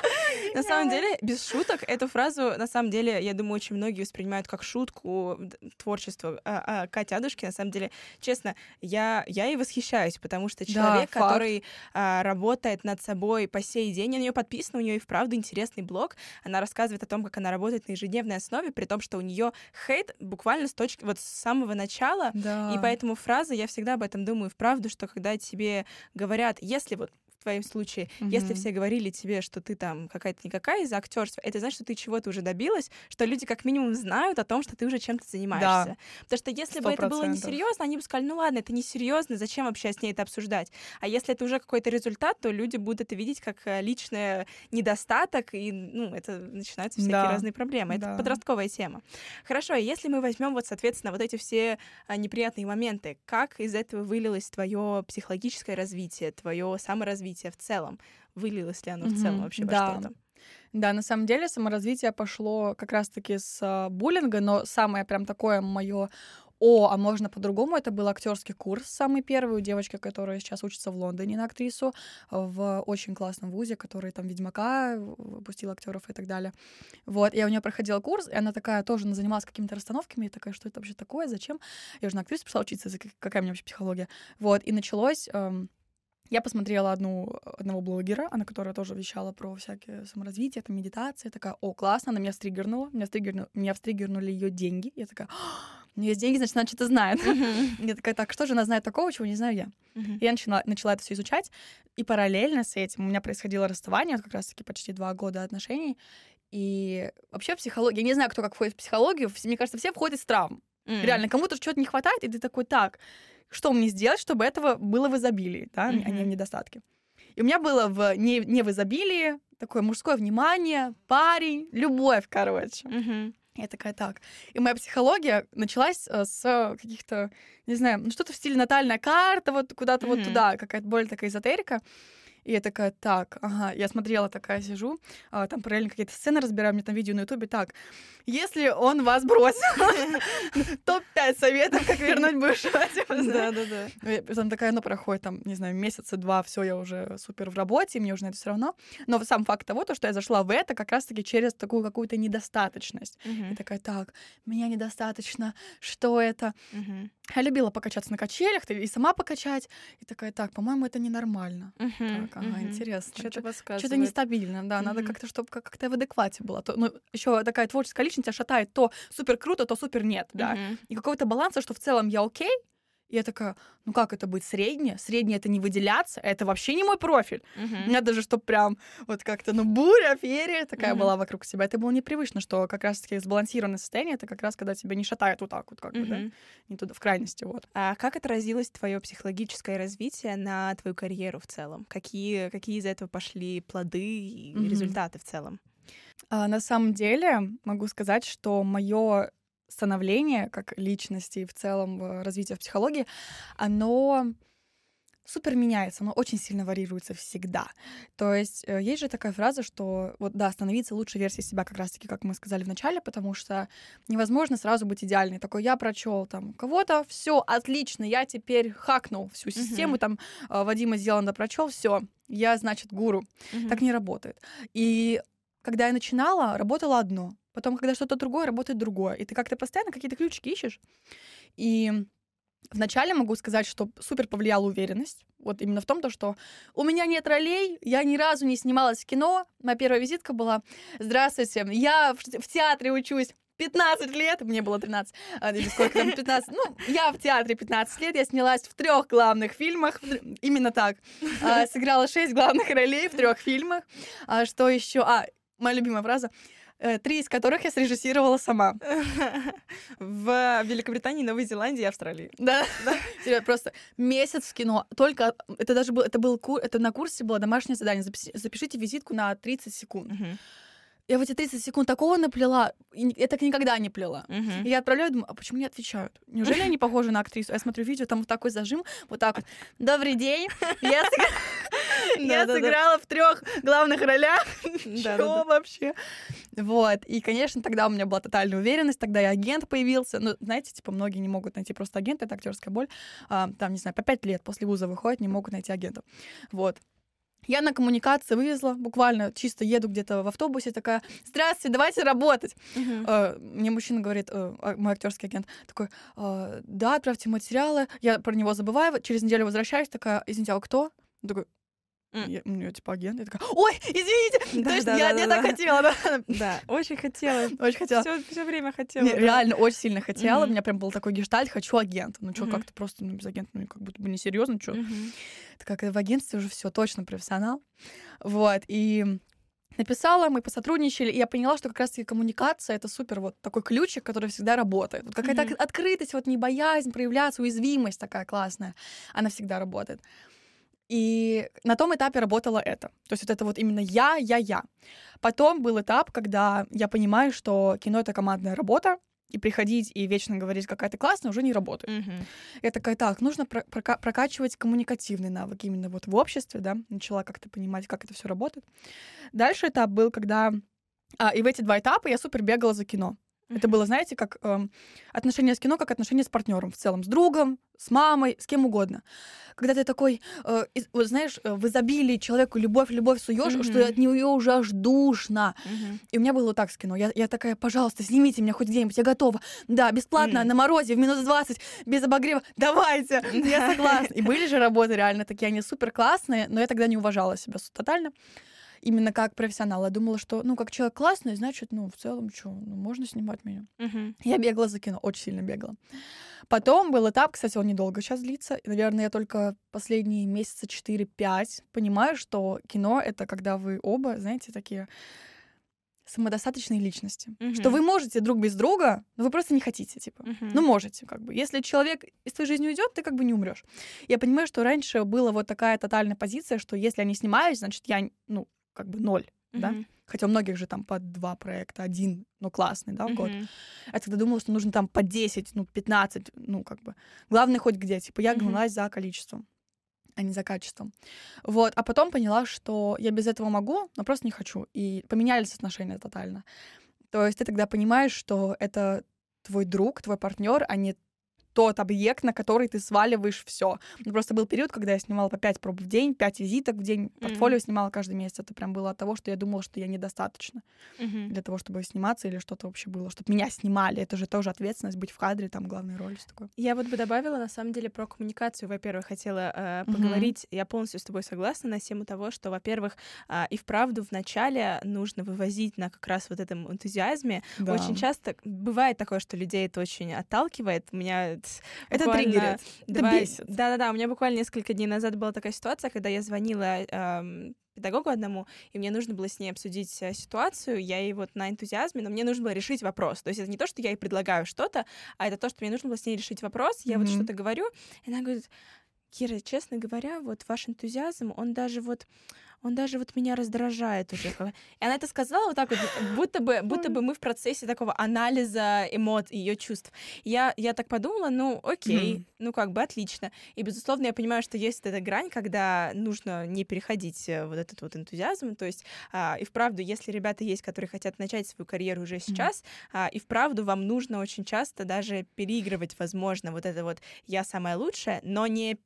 На самом деле, без шуток, эту фразу, на самом деле, я думаю, очень многие воспринимают как шутку творчества а, а, Кати Адушкиной. На самом деле, честно, я, я ей восхищаюсь, потому что человек, да, который а, работает над собой по сей день, на нее подписана, у нее и вправду интересный блог, она рассказывает о том, как она работает на ежедневной основе, при том, что у нее хейт буквально с точки, вот с самого начала, да. И поэтому фраза, я всегда об этом думаю, вправду, что когда тебе говорят, если вот в твоем случае, mm-hmm. если все говорили тебе, что ты там какая-то никакая из-за актерства, это значит, что ты чего-то уже добилась, что люди как минимум знают о том, что ты уже чем-то занимаешься. Да. Потому что если сто процентов бы это было несерьезно, они бы сказали, ну ладно, это несерьезно, зачем вообще с ней это обсуждать? А если это уже какой-то результат, то люди будут это видеть как личный недостаток, и ну, это начинаются всякие да. разные проблемы. Это да. подростковая тема. Хорошо, если мы возьмем вот, соответственно, вот эти все а, неприятные моменты, как из этого вылилось твое психологическое развитие, твое саморазвитие в целом? Вылилось ли оно mm-hmm. в целом вообще да. во что-то? Да, на самом деле саморазвитие пошло как раз-таки с а, буллинга, но самое прям такое мое о, а можно по-другому, это был актерский курс, самый первый у девочки, которая сейчас учится в Лондоне на актрису, в очень классном вузе, который там Ведьмака выпустил актеров и так далее. Вот, я у нее проходила курс, и она такая тоже занималась какими-то расстановками, и такая, что это вообще такое, зачем? Я уже на актрису пришла учиться, какая у меня вообще психология. Вот, и началось... Эм, Я посмотрела одну, одного блогера, она, которая тоже вещала про всякие саморазвитие, там, медитация. Такая, о, классно, она меня встриггернула. Меня встриггернули, меня встриггернули ее деньги. Я такая, у нее есть деньги, значит, она что-то знает. Uh-huh. Я такая, так, что же она знает такого, чего не знаю я? Uh-huh. Я начала, начала это все изучать. И параллельно с этим у меня происходило расставание, вот как раз-таки почти два года отношений. И вообще психология, я не знаю, кто как входит в психологию, мне кажется, все входят из травм. Uh-huh. Реально, кому-то что-то не хватает, и ты такой, так... Что мне сделать, чтобы этого было в изобилии, да, mm-hmm. а не в недостатке? И у меня было в, не, не в изобилии такое мужское внимание, парень, любовь, короче. Mm-hmm. Я такая, так. И моя психология началась с каких-то, не знаю, ну что-то в стиле натальная карта, вот куда-то mm-hmm. вот туда, какая-то более такая эзотерика. И я такая, так, ага, я смотрела, такая сижу, а, там параллельно какие-то сцены разбираю, мне там видео на ютубе, так, если он вас бросил, топ пять советов, как вернуть бывшего. Да-да-да. Там такая, ну, проходит, там, не знаю, месяца два, все, я уже супер в работе, мне уже на это все равно. Но сам факт того, то, что я зашла в это как раз-таки через такую какую-то недостаточность. И такая, так, меня недостаточно, что это? Я любила покачаться на качелях, и сама покачать. И такая, так, по-моему, это ненормально. Uh-huh, так, ага, uh-huh. интересно. Что-то подсказывает. Что-то нестабильно, да. Uh-huh. Надо как-то, чтобы как-то в адеквате было. То, ну, еще такая творческая личность тебя шатает то супер круто, то супер нет, да. Uh-huh. И какого-то баланса, что в целом я окей. И я такая, ну как это быть среднее? Среднее — это не выделяться, это вообще не мой профиль. Uh-huh. У меня даже, чтоб прям вот как-то, ну, буря, феерия такая uh-huh. была вокруг себя. Это было непривычно, что как раз-таки сбалансированное состояние — это как раз когда тебя не шатает вот так вот, как uh-huh. бы, да, не туда, в крайности, вот. А как отразилось твое психологическое развитие на твою карьеру в целом? Какие, какие из этого пошли плоды и uh-huh. результаты в целом? А, на самом деле могу сказать, что мое становление как личности и в целом развитие в психологии, оно супер меняется, оно очень сильно варьируется всегда. То есть есть же такая фраза, что вот да, становиться лучшей версией себя, как раз-таки, как мы сказали в начале, потому что невозможно сразу быть идеальной. Такой, я прочел там кого-то, все отлично, я теперь хакнул всю систему, uh-huh. там Вадима Зеланда прочел, все, я, значит, гуру. Uh-huh. Так не работает. И когда я начинала, работало одно. потом, когда что-то другое, работает другое. И ты как-то постоянно какие-то ключики ищешь. И вначале могу сказать, что супер повлияла уверенность. Вот именно в том, то, что у меня нет ролей, я ни разу не снималась в кино. Моя первая визитка была: «Здравствуйте, я в, в театре учусь пятнадцать лет», мне было тринадцать, или сколько там, пятнадцать, ну, я в театре пятнадцать лет, я снялась в трех главных фильмах, именно так, сыграла шесть главных ролей в трех фильмах. А что еще? А, моя любимая фраза: три из которых я срежиссировала сама. В Великобритании, Новой Зеландии и Австралии. Да, да. Серьезно, просто месяц в кино. Только это даже был, это был кур, это на курсе было домашнее задание. Запишите, запишите визитку на тридцать секунд. Uh-huh. Я в эти тридцать секунд такого наплела, я так никогда не плела. Uh-huh. И я отправляю, думаю, а почему не отвечают? Неужели они похожи на актрису? Я смотрю видео, там вот такой зажим, вот так вот. Добрый день, я сыграла в трех главных ролях. Чё вообще? Вот. И, конечно, тогда у меня была тотальная уверенность, тогда и агент появился. Ну, знаете, типа, многие не могут найти просто агента, это актерская боль. Там, не знаю, по пять лет после вуза выходят, не могут найти агента. Вот. Я на коммуникации вывезла, буквально чисто еду где-то в автобусе, такая: «Здравствуйте, давайте работать». Uh-huh. Uh, мне мужчина говорит, uh, мой актерский агент, такой: uh, «Да, отправьте материалы». Я про него забываю, через неделю возвращаюсь, такая: «Извините, а вы кто?» Он такой: Mm. Я, у нее типа агент, я такая: «Ой, извините, да, да, я, да, я да, так да. хотела». Да. Да, очень хотела. Очень хотела. Все, все время хотела. Не, да. Реально, очень сильно хотела. Mm-hmm. У меня прям был такой гештальт: хочу агента. Ну что, mm-hmm. как-то просто ну, без агента, ну как будто бы несерьезно, что. Mm-hmm. Так как в агентстве уже все точно профессионал. Вот, и написала, мы посотрудничали, и я поняла, что как раз-таки коммуникация — это супер вот такой ключик, который всегда работает. Вот какая-то mm-hmm. открытость, вот не боязнь проявляться, уязвимость такая классная, она всегда работает. И на том этапе работало это. То есть вот это вот именно я, я, я. Потом был этап, когда я понимаю, что кино — это командная работа, и приходить и вечно говорить, какая ты классная, уже не работает. Mm-hmm. Я такая: так, нужно про- прока- прокачивать коммуникативные навыки именно вот в обществе, да, начала как-то понимать, как это все работает. Дальше этап был, когда... А, и в эти два этапа я супер бегала за кино. Это было, знаете, как э, отношения с кино, как отношения с партнером в целом, с другом, с мамой, с кем угодно. Когда ты такой, э, из, вот знаешь, в изобилии человеку любовь, любовь суешь, mm-hmm. что от нее уже аж душно. Mm-hmm. И у меня было вот так с кино. Я, я такая: пожалуйста, снимите меня хоть где-нибудь, я готова. Да, бесплатно, mm-hmm. на морозе, в минус двадцать, без обогрева. Давайте, mm-hmm. я согласна. И были же работы реально такие, они супер классные, но я тогда не уважала себя тотально. Именно как профессионал. Я думала, что, ну, как человек классный, значит, ну, в целом, что, ну, можно снимать меня. Uh-huh. Я бегала за кино, очень сильно бегала. Потом был этап, кстати, он недолго сейчас длится. И, наверное, я только последние месяца четыре-пять понимаю, что кино — это когда вы оба, знаете, такие самодостаточные личности. Uh-huh. Что вы можете друг без друга, но вы просто не хотите, типа. Uh-huh. Ну, можете, как бы. Если человек из твоей жизни уйдет, ты как бы не умрешь. Я понимаю, что раньше была вот такая тотальная позиция, что если я не снимаюсь, значит, я, ну, как бы ноль, mm-hmm. да? Хотя у многих же там по два проекта, один, ну, классный, да, в mm-hmm. год. Я тогда думала, что нужно там по десять, ну, пятнадцать, ну, как бы. Главное хоть где, типа, я гналась mm-hmm. за количеством, а не за качеством. Вот, а потом поняла, что я без этого могу, но просто не хочу. И поменялись отношения тотально. То есть ты тогда понимаешь, что это твой друг, твой партнер, а не тот объект, на который ты сваливаешь все. Ну, просто был период, когда я снимала по пять проб в день, пять визиток в день, портфолио mm-hmm. снимала каждый месяц. Это прям было от того, что я думала, что я недостаточно mm-hmm. для того, чтобы сниматься или что-то вообще было, чтобы меня снимали. Это же тоже ответственность, быть в кадре, там главная роль. Такое. Я вот бы добавила, на самом деле, про коммуникацию. Во-первых, хотела э, поговорить, mm-hmm. я полностью с тобой согласна на тему того, что, во-первых, э, и вправду вначале нужно вывозить на как раз вот этом энтузиазме. Да. Очень часто бывает такое, что людей это очень отталкивает. У меня это триггерит, это бесит. Да-да-да, у меня буквально несколько дней назад была такая ситуация, когда я звонила эм, педагогу одному, и мне нужно было с ней обсудить ситуацию, я ей вот на энтузиазме, но мне нужно было решить вопрос. То есть это не то, что я ей предлагаю что-то, а это то, что мне нужно было с ней решить вопрос. Я mm-hmm. вот что-то говорю, и она говорит: Кира, честно говоря, вот ваш энтузиазм, он даже вот он даже вот меня раздражает уже. И она это сказала вот так вот, будто бы, будто бы мы в процессе такого анализа эмоций, ее чувств. Я, я так подумала, ну, окей, mm-hmm. ну, как бы отлично. И, безусловно, я понимаю, что есть эта грань, когда нужно не переходить вот этот вот энтузиазм. То есть, а, и вправду, если ребята есть, которые хотят начать свою карьеру уже сейчас, mm-hmm. а, и вправду вам нужно очень часто даже переигрывать, возможно, вот это вот «я самая лучшая», но не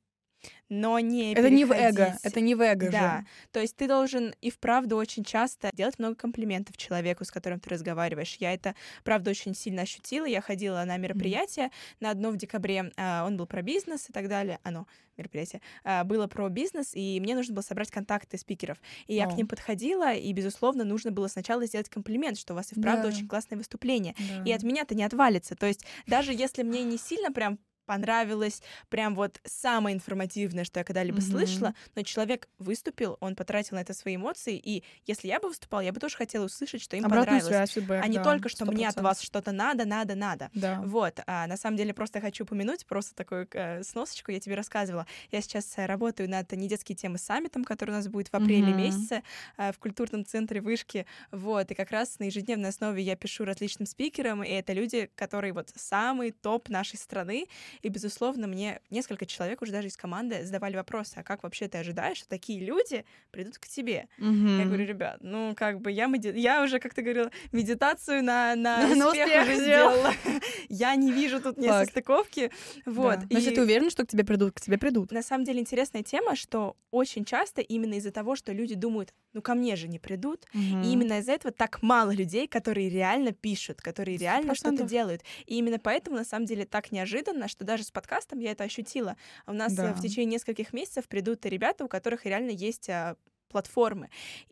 но не Это не в переходить. эго, это не в эго Да, же. то есть ты должен и вправду очень часто делать много комплиментов человеку, с которым ты разговариваешь. Я это, правда, очень сильно ощутила. Я ходила на мероприятие, mm-hmm. на одно в декабре, а, он был про бизнес и так далее, оно, мероприятие, а, было про бизнес, и мне нужно было собрать контакты спикеров. И я oh. к ним подходила, и, безусловно, нужно было сначала сделать комплимент, что у вас и вправду yeah. очень классное выступление. Yeah. И от меня-то не отвалится. То есть даже если мне не сильно прям понравилось, прям вот самое информативное, что я когда-либо mm-hmm. слышала, но человек выступил, он потратил на это свои эмоции, и если я бы выступала, я бы тоже хотела услышать, что им обратную понравилось, связь, фидбэк, а не да, только, что сто процентов. мне от вас что-то надо, надо, надо. Да. Вот, а, на самом деле просто хочу упомянуть, просто такую э, сносочку я тебе рассказывала. Я сейчас работаю над недетские темы саммитом, который у нас будет в апреле mm-hmm. месяце э, в культурном центре Вышки, вот, и как раз на ежедневной основе я пишу различным спикерам, и это люди, которые вот самый топ нашей страны. И, безусловно, мне несколько человек уже даже из команды задавали вопросы, а как вообще ты ожидаешь, что такие люди придут к тебе? Mm-hmm. Я говорю, ребят, ну, как бы я, меди... я уже, как ты говорила, медитацию на, на, на успех, успех уже сделала. Я не вижу тут несостыковки. Вот. Да. Но и... если ты уверена, что к тебе придут, к тебе придут. На самом деле интересная тема, что очень часто именно из-за того, что люди думают, ну, ко мне же не придут, mm-hmm. и именно из-за этого так мало людей, которые реально пишут, которые реально сто процентов что-то делают. И именно поэтому, на самом деле, так неожиданно, что даже с подкастом я это ощутила. У нас да. в течение нескольких месяцев придут ребята, у которых реально есть а, платформы.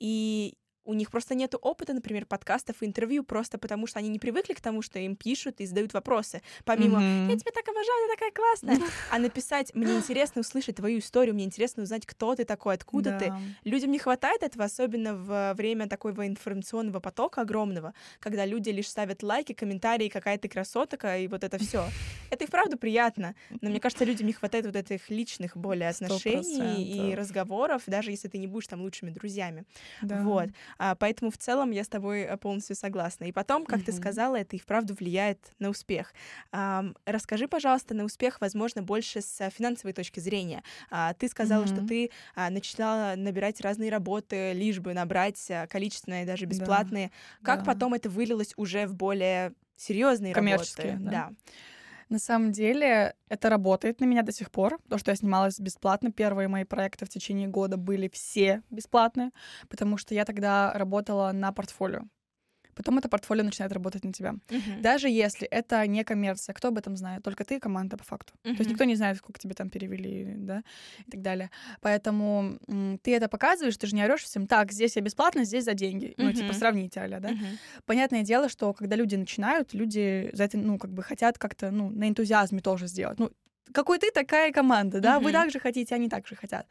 И у них просто нет опыта, например, подкастов и интервью, просто потому что они не привыкли к тому, что им пишут и задают вопросы. Помимо mm-hmm. «я тебя так обожаю, ты такая классная», а написать «мне интересно услышать твою историю, мне интересно узнать, кто ты такой, откуда да. ты». Людям не хватает этого, особенно в время такого информационного потока огромного, когда люди лишь ставят лайки, комментарии, какая ты красотка, и вот это все. Это и вправду приятно, но мне кажется, людям не хватает вот этих личных более отношений сто процентов. И разговоров, даже если ты не будешь там лучшими друзьями. Да. Вот. А, поэтому в целом я с тобой полностью согласна. И потом, как mm-hmm. ты сказала, это и вправду влияет на успех. А, расскажи, пожалуйста, на успех, возможно, больше с финансовой точки зрения. А, ты сказала, mm-hmm. что ты а, начала набирать разные работы, лишь бы набрать а, количественные, даже бесплатные. Да. Как да. потом это вылилось уже в более серьезные коммерческие, работы? Да. Да. На самом деле это работает на меня до сих пор. То, что я снималась бесплатно, первые мои проекты в течение года были все бесплатные, потому что я тогда работала на портфолио. Потом это портфолио начинает работать на тебя. Uh-huh. Даже если это не коммерция, кто об этом знает? Только ты и команда по факту. Uh-huh. То есть никто не знает, сколько тебе там перевели, да, и так далее. Поэтому м- ты это показываешь, ты же не орешь всем, так, здесь я бесплатно, здесь за деньги. Uh-huh. Ну, типа, сравните, а-ля, да? Uh-huh. Понятное дело, что когда люди начинают, люди за это, ну, как бы хотят как-то, ну, на энтузиазме тоже сделать. Ну, какой ты, такая команда, да? Uh-huh. Вы так же хотите, они так же хотят.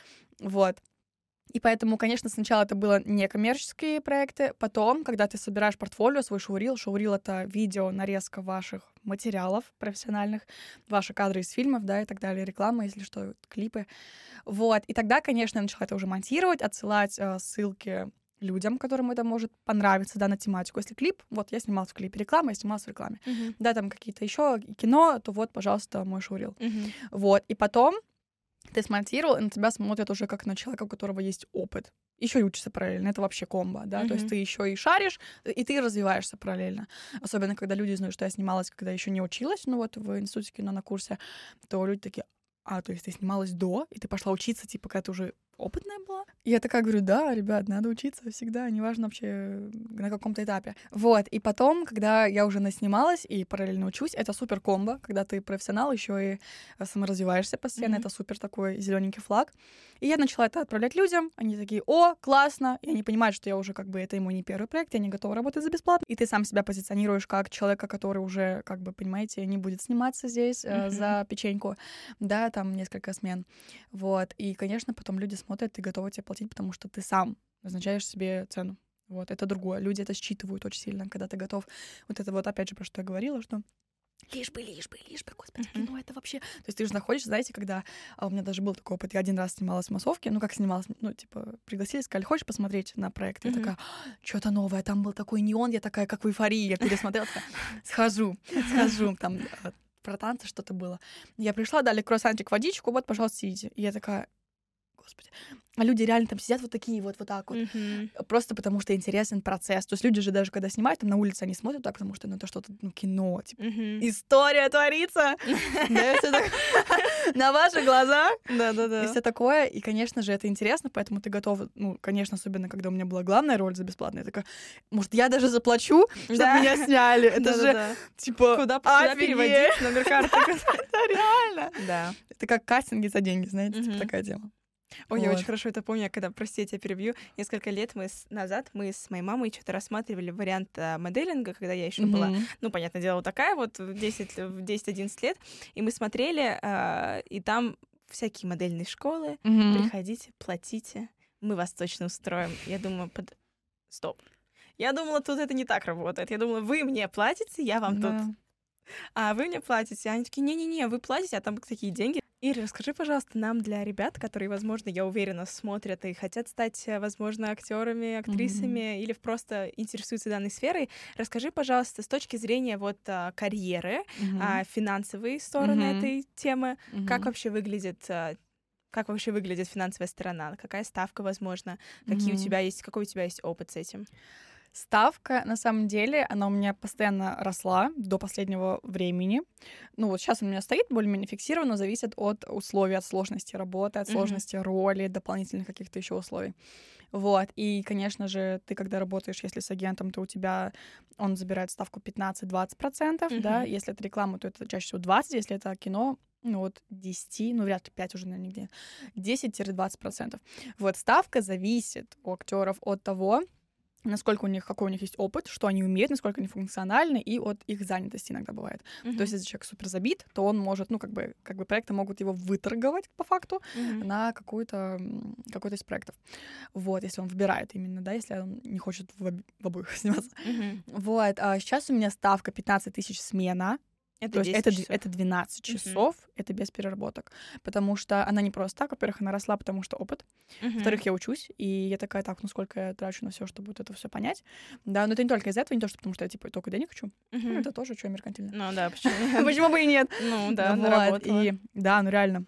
Вот. И поэтому, конечно, сначала это было некоммерческие проекты, потом, когда ты собираешь портфолио, свой шоурил, шоурил — это видео, нарезка ваших материалов профессиональных, ваши кадры из фильмов, да, и так далее, реклама, если что, клипы. Вот, и тогда, конечно, я начала это уже монтировать, отсылать э, ссылки людям, которым это может понравиться, да, на тематику. Если клип, вот, я снималась в клипе, реклама, я снималась в рекламе. Uh-huh. Да, там какие-то еще кино, то вот, пожалуйста, мой шоурил. Uh-huh. Вот, и потом ты смонтировал, и на тебя смотрят уже как на человека, у которого есть опыт. Еще и учишься параллельно. Это вообще комбо, да. Mm-hmm. То есть ты еще и шаришь, и ты развиваешься параллельно. Особенно, когда люди знают, что я снималась, когда еще не училась, ну вот в институте кино на курсе, то люди такие: а, то есть ты снималась до, и ты пошла учиться, типа, когда ты уже опытная была? И я такая говорю: да, ребят, надо учиться всегда, неважно вообще на каком-то этапе. Вот, и потом, когда я уже наснималась и параллельно учусь, это супер комбо, когда ты профессионал, еще и саморазвиваешься постоянно, mm-hmm. это супер такой зелененький флаг. И я начала это отправлять людям, они такие: о, классно, и они понимают, что я уже как бы, это ему не первый проект, я не готова работать за бесплатно, и ты сам себя позиционируешь как человека, который уже, как бы, понимаете, не будет сниматься здесь mm-hmm. э, за печеньку, да, там несколько смен, вот, и, конечно, потом люди смотрят и готовы тебе платить, потому что ты сам назначаешь себе цену. Вот, это другое. Люди это считывают очень сильно, когда ты готов. Вот это вот, опять же, про что я говорила, что лишь бы, лишь бы, лишь бы, господи, mm-hmm. ну это вообще... То есть ты же находишься, знаете, когда... А у меня даже был такой опыт, я один раз снималась в массовке, ну как снималась, ну типа пригласили, сказали: хочешь посмотреть на проект? Mm-hmm. Я такая: что-то новое, там был такой неон, я такая, как в эйфории, я пересмотрела, такая: схожу, схожу, там про танцы что-то было. Я пришла, дали круассанчик, водичку, вот, пожалуйста, сидите. И я такая: господи. А люди реально там сидят вот такие вот, вот так вот. Мгм. Просто потому что интересен процесс. То есть люди же даже, когда снимают, там на улице они смотрят так, потому что ну, это что-то, ну, кино, типа, Мгм. история творится, да, и всё так- на ваших глазах. И Да-да-да. все такое. И, конечно же, это интересно, поэтому ты готова, ну, конечно, особенно, когда у меня была главная роль за бесплатно, я такая, может, я даже заплачу, чтобы Да. меня сняли. Это же, Да-да-да. типа, Куда, куда офигеть. переводить номер карты? Это реально. Да. Это как кастинги за деньги, знаете, типа Мгм. такая тема. Ой, я Вот. очень хорошо это помню, когда, прости, я тебя перебью, несколько лет мы с- назад мы с моей мамой что-то рассматривали вариант а, моделинга, когда я еще была, Мгм. ну, понятное дело, вот такая вот в десять в десять-одиннадцать лет, и мы смотрели, а, и там всякие модельные школы, Мгм. приходите, платите, мы вас точно устроим. Я думаю, под... стоп. Я думала, тут это не так работает. Я думала, вы мне платите, я вам тут... Да. А вы мне платите. А они такие, не-не-не, вы платите, а там такие деньги. Ира, расскажи, пожалуйста, нам для ребят, которые, возможно, я уверена, смотрят и хотят стать, э, возможно, актерами, актрисами или просто интересуются данной сферой, расскажи, пожалуйста, с точки зрения вот а, карьеры, Мгм. а, финансовые стороны Мгм. этой темы, как Мгм. вообще выглядит а, как вообще выглядит финансовая сторона, какая ставка, возможно, какие у Мгм. тебя есть, какой у тебя есть опыт с этим? Ставка, на самом деле, она у меня постоянно росла до последнего времени. Ну, вот сейчас у меня стоит более-менее фиксированно, зависит от условий, от сложности работы, от Мгм. сложности роли, дополнительных каких-то еще условий. Вот. И, конечно же, ты, когда работаешь, если с агентом, то у тебя он забирает ставку пятнадцать-двадцать процентов, да. Мгм. Если это реклама, то это чаще всего двадцать, если это кино, ну вот десять, ну вряд ли пять уже, наверное, нигде. десять-двадцать процентов. Вот ставка зависит у актеров от того, насколько у них, какой у них есть опыт, что они умеют, насколько они функциональны, и от их занятости иногда бывает. Мгм. То есть, если человек супер забит, то он может, ну, как бы, как бы проекты могут его выторговать по факту Мгм. на какую-то, м, какой-то из проектов. Вот, если он выбирает именно, да, если он не хочет в, об- в обоих сниматься. Мгм. Вот, а сейчас у меня ставка пятнадцать тысяч смена. Это То есть десять это, д- часов. это двенадцать Мгм. часов, это без переработок. Потому что она не просто так. Во-первых, она росла, потому что опыт. Мгм. Во-вторых, я учусь, и я такая, так, ну сколько я трачу на все, чтобы вот это все понять. Да, но это не только из-за этого, не то, что потому что я, типа, только денег хочу. Ну, Мгм. это тоже что меркантильно. Ну да, почему нет? Почему бы и нет? Ну да, Вот, наработала. и да, ну реально.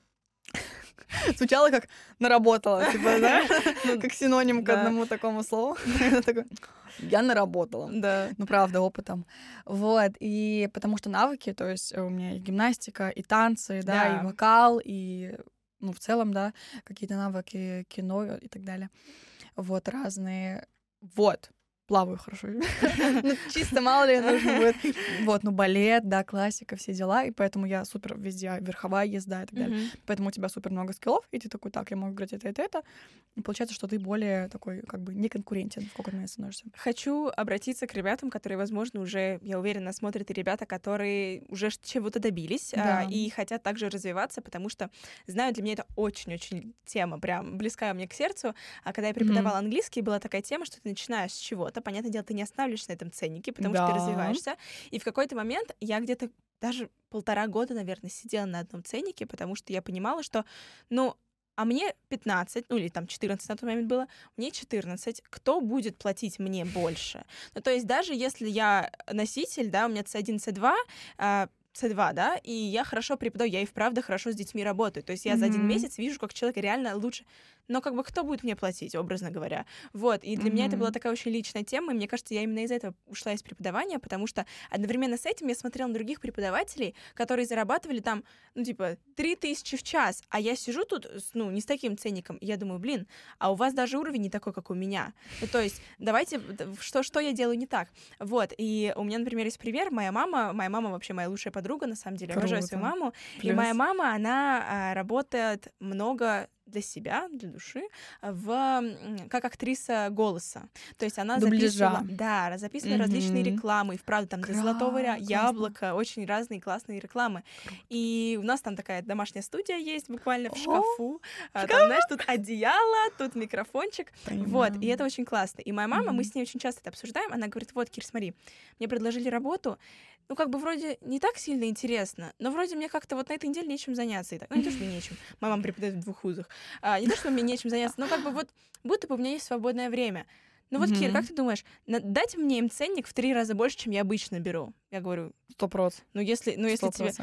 Звучало как наработала, типа, да? Ну, Как синоним к да. одному такому слову. Я такой, я наработала. Да. Ну, правда, опытом. Вот, и потому что навыки, то есть у меня и гимнастика, и танцы, да, Да. и вокал, и, ну, в целом, да, какие-то навыки кино и так далее. Вот, разные. Вот, плаваю хорошо. Ну, чисто мало ли нужно будет. Вот, ну, балет, да, классика, все дела, и поэтому я супер везде, верховая езда и так далее. Мгм. Поэтому у тебя супер много скиллов, и ты такой, так, я могу играть это, это, это. И получается, что ты более такой, как бы, неконкурентен в какой-то момент становишься. Хочу обратиться к ребятам, которые, возможно, уже, я уверена, смотрят и ребята, которые уже ш- чего-то добились Да. а, и хотят также развиваться, потому что, знаю, для меня это очень-очень тема, прям близкая мне к сердцу. А когда я преподавала английский, была такая тема, что ты начинаешь с чего-то, понятное дело, ты не останавливаешься на этом ценнике, потому что ты Да. развиваешься. И в какой-то момент я где-то даже полтора года, наверное, сидела на одном ценнике, потому что я понимала, что, ну, а мне пятнадцать, ну или там четырнадцать на тот момент было, мне четырнадцать, кто будет платить мне больше? Ну, то есть даже если я носитель, да, у меня си один, си два, а, си два, да, и я хорошо преподаю, я и вправду хорошо с детьми работаю. То есть я за один Мгм. месяц вижу, как человек реально лучше. Но как бы кто будет мне платить, образно говоря? Вот, и для меня это была Мгм. такая очень личная тема, и мне кажется, я именно из-за этого ушла из преподавания, потому что одновременно с этим я смотрела на других преподавателей, которые зарабатывали там, ну, типа, три тысячи в час, а я сижу тут, с- ну, не с таким ценником, и я думаю, блин, а у вас даже уровень не такой, как у меня. Ну, то есть, давайте, д- что, что я делаю не так? Вот, и у меня, например, есть пример, моя мама, моя мама вообще моя лучшая подруга, на самом деле, обожаю свою Круто. маму, и Плюс. моя мама, она а, работает много для себя, для души, в, м, как актриса голоса. То есть она Дубляжа. записывала, да, записывала различные Мгм. рекламы, и вправду там для золотого ря- Кра- классно. яблока, очень разные классные рекламы. Круто. И у нас там такая домашняя студия есть, буквально в О, шкафу. А, Там, знаешь, тут одеяло, тут микрофончик. Вот, и Понимаю. это очень классно. И моя мама, мы Мгм. с ней очень часто это обсуждаем, она говорит, вот, Кир, смотри, мне предложили работу, ну, как бы вроде не так сильно интересно, но вроде мне как-то вот на этой неделе нечем заняться. И так. Ну, не то, что мне нечем. Моя мама преподает в двух вузах. А, не то, что мне нечем заняться, но как бы вот будто бы у меня есть свободное время. Ну вот, Кир, Мгм. как ты думаешь, на- дайте мне им ценник в три раза больше, чем я обычно беру? Я говорю, Сто процентов. ну если, ну, если Сто тебе... процентов.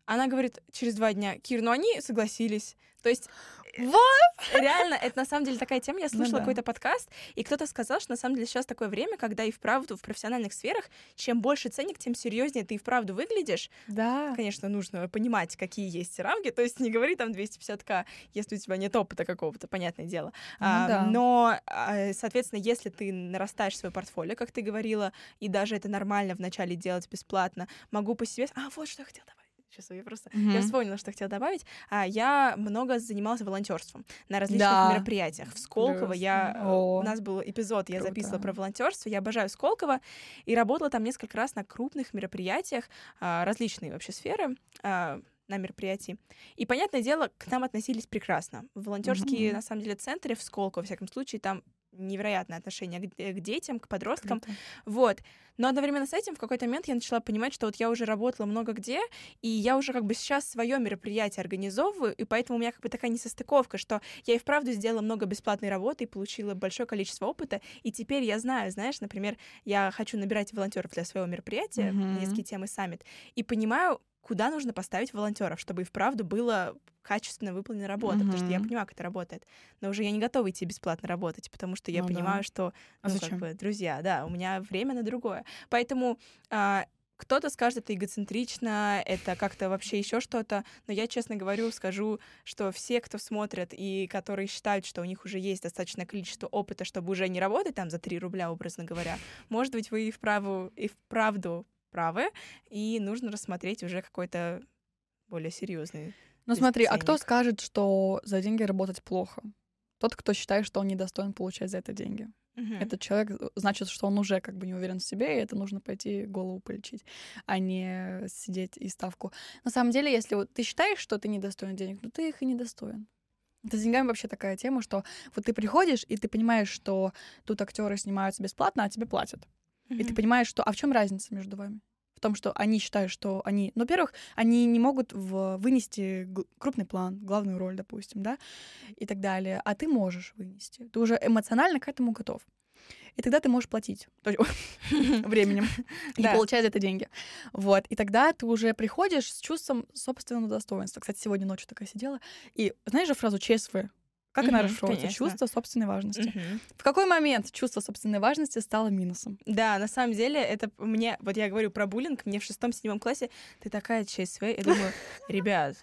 Она говорит через два дня: Кир, ну они согласились. То есть Вот! реально, это на самом деле такая тема. Я слушала Ну да. какой-то подкаст, и кто-то сказал, что на самом деле сейчас такое время, когда и вправду в профессиональных сферах, чем больше ценник, тем серьезнее ты и вправду выглядишь. Да. Конечно, нужно понимать, какие есть рамки, то есть не говори там двести пятьдесят тысяч, если у тебя нет опыта какого-то, понятное дело. Ну А, да. но, а, соответственно, если ты нарастаешь свое портфолио, как ты говорила, и даже это нормально вначале делать бесплатно, могу по себе... А, вот что я хотела добавить. Сейчас я просто... Мгм. Я вспомнила, что хотела добавить. А, я много занималась волонтерством на различных Да. мероприятиях. В Сколково я... Грустно. э, У О, нас был эпизод, я записывала круто. про волонтерство. Я обожаю Сколково. И работала там несколько раз на крупных мероприятиях, а, различные вообще сферы, а, на мероприятии. И, понятное дело, к нам относились прекрасно. Волонтерские, Мгм. на самом деле, центры в Сколково, во всяком случае, там невероятное отношение к, к детям, к подросткам. Круто. Вот. Но одновременно с этим в какой-то момент я начала понимать, что вот я уже работала много где, и я уже как бы сейчас свое мероприятие организовываю, и поэтому у меня как бы такая несостыковка, что я и вправду сделала много бесплатной работы и получила большое количество опыта, и теперь я знаю, знаешь, например, я хочу набирать волонтеров для своего мероприятия, Мгм. низкие темы саммит, и понимаю, куда нужно поставить волонтеров, чтобы и вправду было качественно выполнена работа, потому что я Мгм. понимаю, как это работает. Но уже я не готова идти бесплатно работать, потому что я Ну да. понимаю, что, А ну, как зачем? бы, друзья, да, у меня время на другое. Поэтому а, кто-то скажет, это эгоцентрично, это как-то вообще еще что-то, но я, честно говорю, скажу, что все, кто смотрят и которые считают, что у них уже есть достаточное количество опыта, чтобы уже не работать там за три рубля, образно говоря, может быть, вы и вправду, и вправду правы, и нужно рассмотреть уже какой-то более серьезный. Ну смотри, а кто ценник. скажет, что за деньги работать плохо? Тот, кто считает, что он недостоин получать за это деньги. Мгм. Этот человек, э, значит, что он уже как бы не уверен в себе, и это нужно пойти голову полечить, а не сидеть и ставку. На самом деле, если вот ты считаешь, что ты недостоин денег, ну ты их и недостоин. Это с деньгами вообще такая тема, что вот ты приходишь, и ты понимаешь, что тут актеры снимаются бесплатно, а тебе платят. И ты Мгм. понимаешь, что... А в чем разница между вами? В том, что они считают, что они... Ну, во-первых, они не могут в... вынести г- крупный план, главную роль, допустим, да, и так далее. А ты можешь вынести. Ты уже эмоционально к этому готов. И тогда ты можешь платить то есть, временем и Да. получать за это деньги. Вот. И тогда ты уже приходишь с чувством собственного достоинства. Кстати, сегодня ночью такая сидела. И знаешь же фразу ЧСВ? Как она Мгм, расшифровывается? конечно. Чувство собственной важности. Мгм. В какой момент чувство собственной важности стало минусом? Да, на самом деле, это мне, вот я говорю про буллинг, мне в шестом-седьмом классе, ты такая ЧСВ, я думаю, ребят,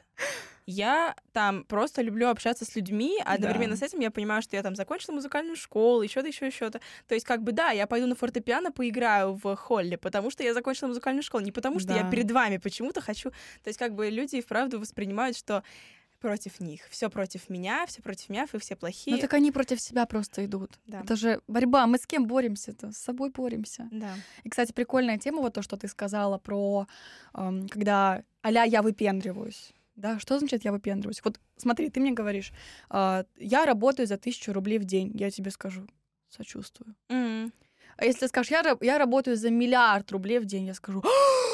я там просто люблю общаться с людьми, а одновременно Да. с этим я понимаю, что я там закончила музыкальную школу, еще-то, еще, еще-то. То есть, как бы, да, я пойду на фортепиано, поиграю в холле, потому что я закончила музыкальную школу, не потому что я Да. перед вами почему-то хочу. То есть, как бы, люди и вправду воспринимают, что против них, все против меня, все против меня, вы все плохие. Ну так они против себя просто идут. Да. Это же борьба. Мы с кем боремся-то? С собой боремся. Да. И, кстати, прикольная тема, вот то, что ты сказала про, эм, когда а-ля я выпендриваюсь. Да, что означает я выпендриваюсь? Вот смотри, ты мне говоришь, а, я работаю за тысячу рублей в день. Я тебе скажу, сочувствую. М. А если ты скажешь, я, раб- я работаю за миллиард рублей в день, я скажу,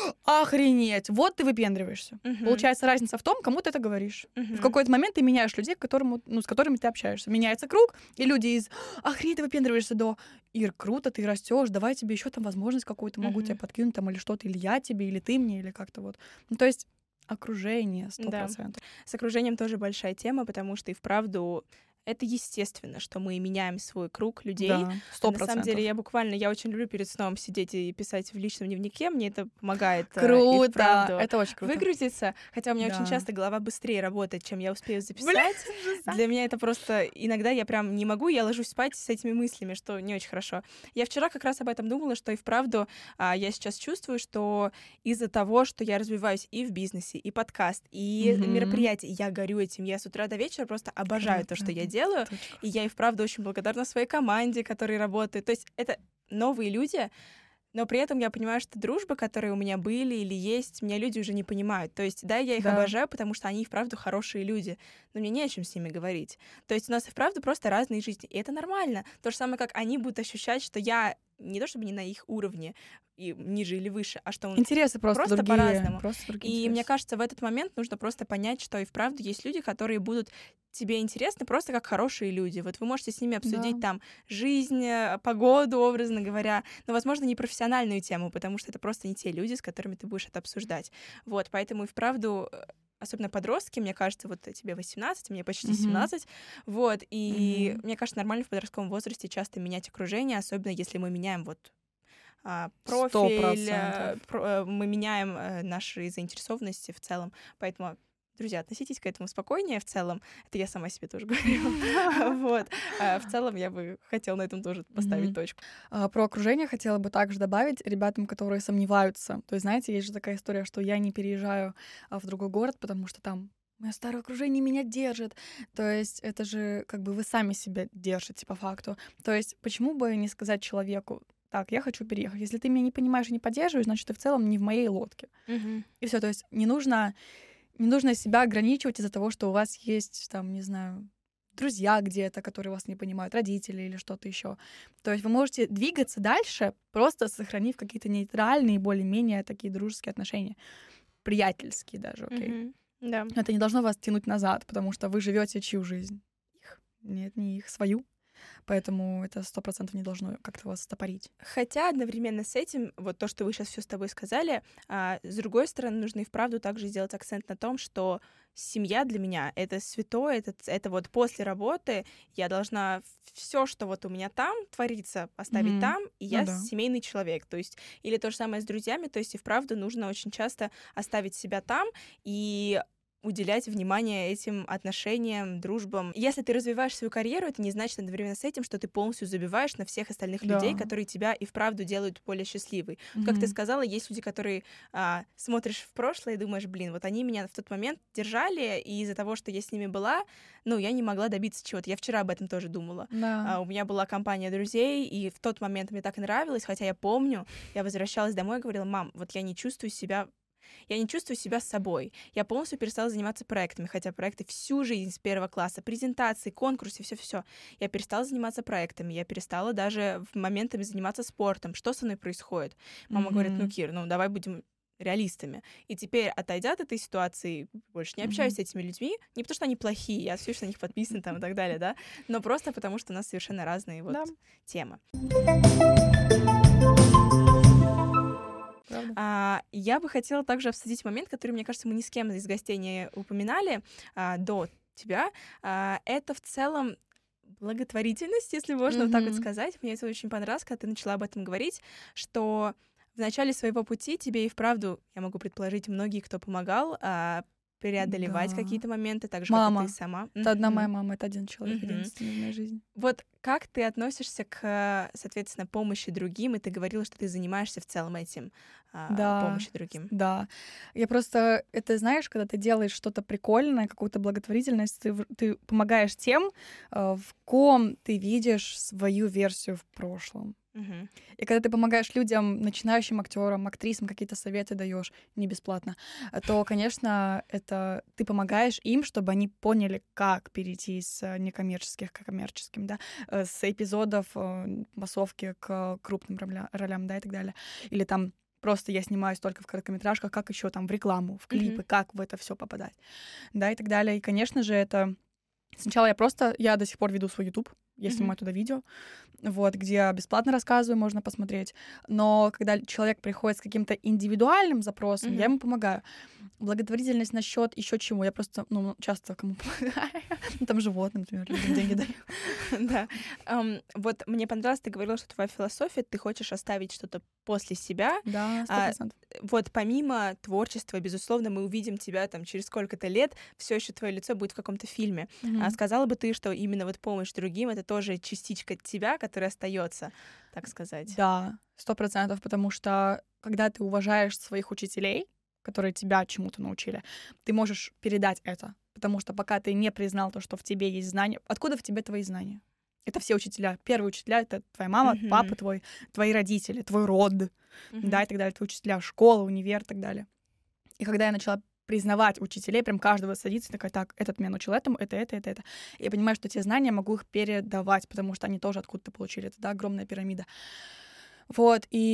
охренеть, вот ты выпендриваешься. Мгм. Получается разница в том, кому ты это говоришь. Мгм. В какой-то момент ты меняешь людей, к которому, ну, с которыми ты общаешься. Меняется круг, и люди из охренеть, ты выпендриваешься до Ир, круто, ты растешь, давай тебе еще там возможность какую-то могу Мгм. тебе подкинуть, там, или что-то, или я тебе, или ты мне, или как-то вот. Ну, то есть окружение сто Да. процентов. С окружением тоже большая тема, потому что и вправду это естественно, что мы меняем свой круг людей. Да, сто А на самом процентов. деле, я буквально, я очень люблю перед сном сидеть и писать в личном дневнике, мне это помогает э, и Круто, вправду это очень круто. выгрузиться, хотя у меня очень Да. часто голова быстрее работает, чем я успею Блин, записать. ужас. Для меня это просто... Иногда я прям не могу, я ложусь спать с этими мыслями, что не очень хорошо. Я вчера как раз об этом думала, что и вправду а, я сейчас чувствую, что из-за того, что я развиваюсь и в бизнесе, и подкаст, и Мгм. мероприятия, я горю этим. Я с утра до вечера просто обожаю Круто, то, что я круто. делаю. Это очень И я и вправду очень благодарна своей команде, которые работают. То есть это новые люди, но при этом я понимаю, что дружбы, которые у меня были или есть, меня люди уже не понимают. То есть, да, я их Да. обожаю, потому что они и вправду хорошие люди, но мне не о чем с ними говорить. То есть у нас и вправду просто разные жизни, и это нормально. То же самое, как они будут ощущать, что я не то чтобы не на их уровне, и ниже или выше, а что он Интересы просто, просто другие. по-разному. Просто другие И интересы. мне кажется, в этот момент нужно просто понять, что и вправду есть люди, которые будут тебе интересны просто как хорошие люди. Вот вы можете с ними обсудить Да. там жизнь, э, погоду, образно говоря, но, возможно, не профессиональную тему, потому что это просто не те люди, с которыми ты будешь это обсуждать. Вот, поэтому и вправду, э, особенно подростки, мне кажется, вот тебе восемнадцать, мне почти Мгм. семнадцать, вот, и Мгм. мне кажется, нормально в подростковом возрасте часто менять окружение, особенно если мы меняем вот а, Сто профиль, процентов. э, про- э, мы меняем э, наши заинтересованности в целом. Поэтому, друзья, относитесь к этому спокойнее в целом. Это я сама себе тоже говорю. Вот. А В целом я бы хотела на этом тоже поставить Мгм. точку. А, Про окружение хотела бы также добавить ребятам, которые сомневаются. То есть, знаете, есть же такая история, что я не переезжаю а, в другой город, потому что там мое старое окружение меня держит. То есть это же как бы вы сами себя держите по факту. То есть почему бы не сказать человеку: так, я хочу переехать. Если ты меня не понимаешь и не поддерживаешь, значит, ты в целом не в моей лодке. Мгм. И все. То есть не нужно, не нужно себя ограничивать из-за того, что у вас есть, там, не знаю, друзья где-то, которые вас не понимают, родители или что-то еще. То есть вы можете двигаться дальше, просто сохранив какие-то нейтральные, более-менее такие дружеские отношения. Приятельские даже, окей. Мгм. Да. Но это не должно вас тянуть назад, потому что вы живете чью жизнь? Их. Нет, не их, свою. Поэтому это сто процентов не должно как-то вас стопорить. Хотя одновременно с этим, вот то, что вы сейчас все с тобой сказали, а, с другой стороны, нужно и вправду также сделать акцент на том, что семья для меня — это святое, это, ц- это вот после работы я должна все, что вот у меня там творится, оставить Мгм. там, и Ну я да. семейный человек. То есть, или то же самое с друзьями, то есть и вправду нужно очень часто оставить себя там и уделять внимание этим отношениям, дружбам. Если ты развиваешь свою карьеру, это не значит одновременно с этим, что ты полностью забиваешь на всех остальных людей, Да. которые тебя и вправду делают более счастливой. Вот Как ты Мгм. сказала, есть люди, которые а, смотришь в прошлое и думаешь, блин, вот они меня в тот момент держали, и из-за того, что я с ними была, ну, я не могла добиться чего-то. Я вчера об этом тоже думала. Да. А, у меня была компания друзей, и в тот момент мне так и нравилось, хотя я помню, я возвращалась домой и говорила: мам, вот я не чувствую себя я не чувствую себя собой. Я полностью перестала заниматься проектами, хотя проекты всю жизнь с первого класса, презентации, конкурсы, все-все-все. Я перестала заниматься проектами, я перестала даже в моментами заниматься спортом. Что со мной происходит? Мама говорит: ну, Мгм. Кир, ну, давай будем реалистами. И теперь, отойдя от этой ситуации, больше не общаюсь Мгм. с этими людьми. Не потому, что они плохие, я все еще на них подписана там и так далее, да, но просто потому, что у нас совершенно разные вот Да, темы. правда. А, я бы хотела также обсудить момент, который, мне кажется, мы ни с кем из гостей не упоминали а, до тебя. А, это в целом благотворительность, если можно вот так вот Мгм. сказать. Мне это очень понравилось, когда ты начала об этом говорить, что в начале своего пути тебе и вправду, я могу предположить, многие, кто помогал, а, преодолевать Да. какие-то моменты, так же, как и ты Мама. сама. Это одна моя Мгм. мама, это один человек Мгм. единственный в моей жизни. Вот как ты относишься к, соответственно, помощи другим? И ты говорила, что ты занимаешься в целом этим, а, Да, помощью другим. да. Я просто, это знаешь, когда ты делаешь что-то прикольное, какую-то благотворительность, ты, в- ты помогаешь тем, э, в ком ты видишь свою версию в прошлом. Мгм. И когда ты помогаешь людям, начинающим актерам, актрисам, какие-то советы даешь не бесплатно, э, то, конечно, это ты помогаешь им, чтобы они поняли, как перейти с э, некоммерческих к коммерческим, да, э, с эпизодов э, массовки к крупным роля- ролям, да, и так далее. Или там просто я снимаюсь только в короткометражках, как еще там в рекламу, в клипы, Мгм. как в это все попадать, да, и так далее. И, конечно же, это сначала я просто, я до сих пор веду свой YouTube, я Мгм. снимаю туда видео, вот, где я бесплатно рассказываю, можно посмотреть. Но когда человек приходит с каким-то индивидуальным запросом, я Мгм. ему помогаю. Благотворительность насчет еще чего. Я просто, ну, часто кому помогаю. Ну, там животным, например, людям деньги даю. Да. Ам, Вот мне понравилось, ты говорила, что твоя философия, ты хочешь оставить что-то после себя. Да, сто А, процентов. Вот помимо творчества, безусловно, мы увидим тебя там через сколько-то лет, все еще твое лицо будет в каком-то фильме. А сказала бы ты, что именно вот помощь другим — это тоже частичка тебя, которая остается, так сказать? Да, сто процентов, потому что когда ты уважаешь своих учителей, которые тебя чему-то научили, ты можешь передать это. Потому что пока ты не признал то, что в тебе есть знания, откуда в тебе твои знания? Это все учителя. Первые учителя — это твоя мама, Мгм. папа твой, твои родители, твой род, Мгм. да, и так далее, твои учителя, школа, универ и так далее. И когда я начала признавать учителей, прям каждого садиться, такая: так, этот меня научил этому, это, это, это, это. И я понимаю, что те знания могу их передавать, потому что они тоже откуда-то получили. Это, да, огромная пирамида. Вот, и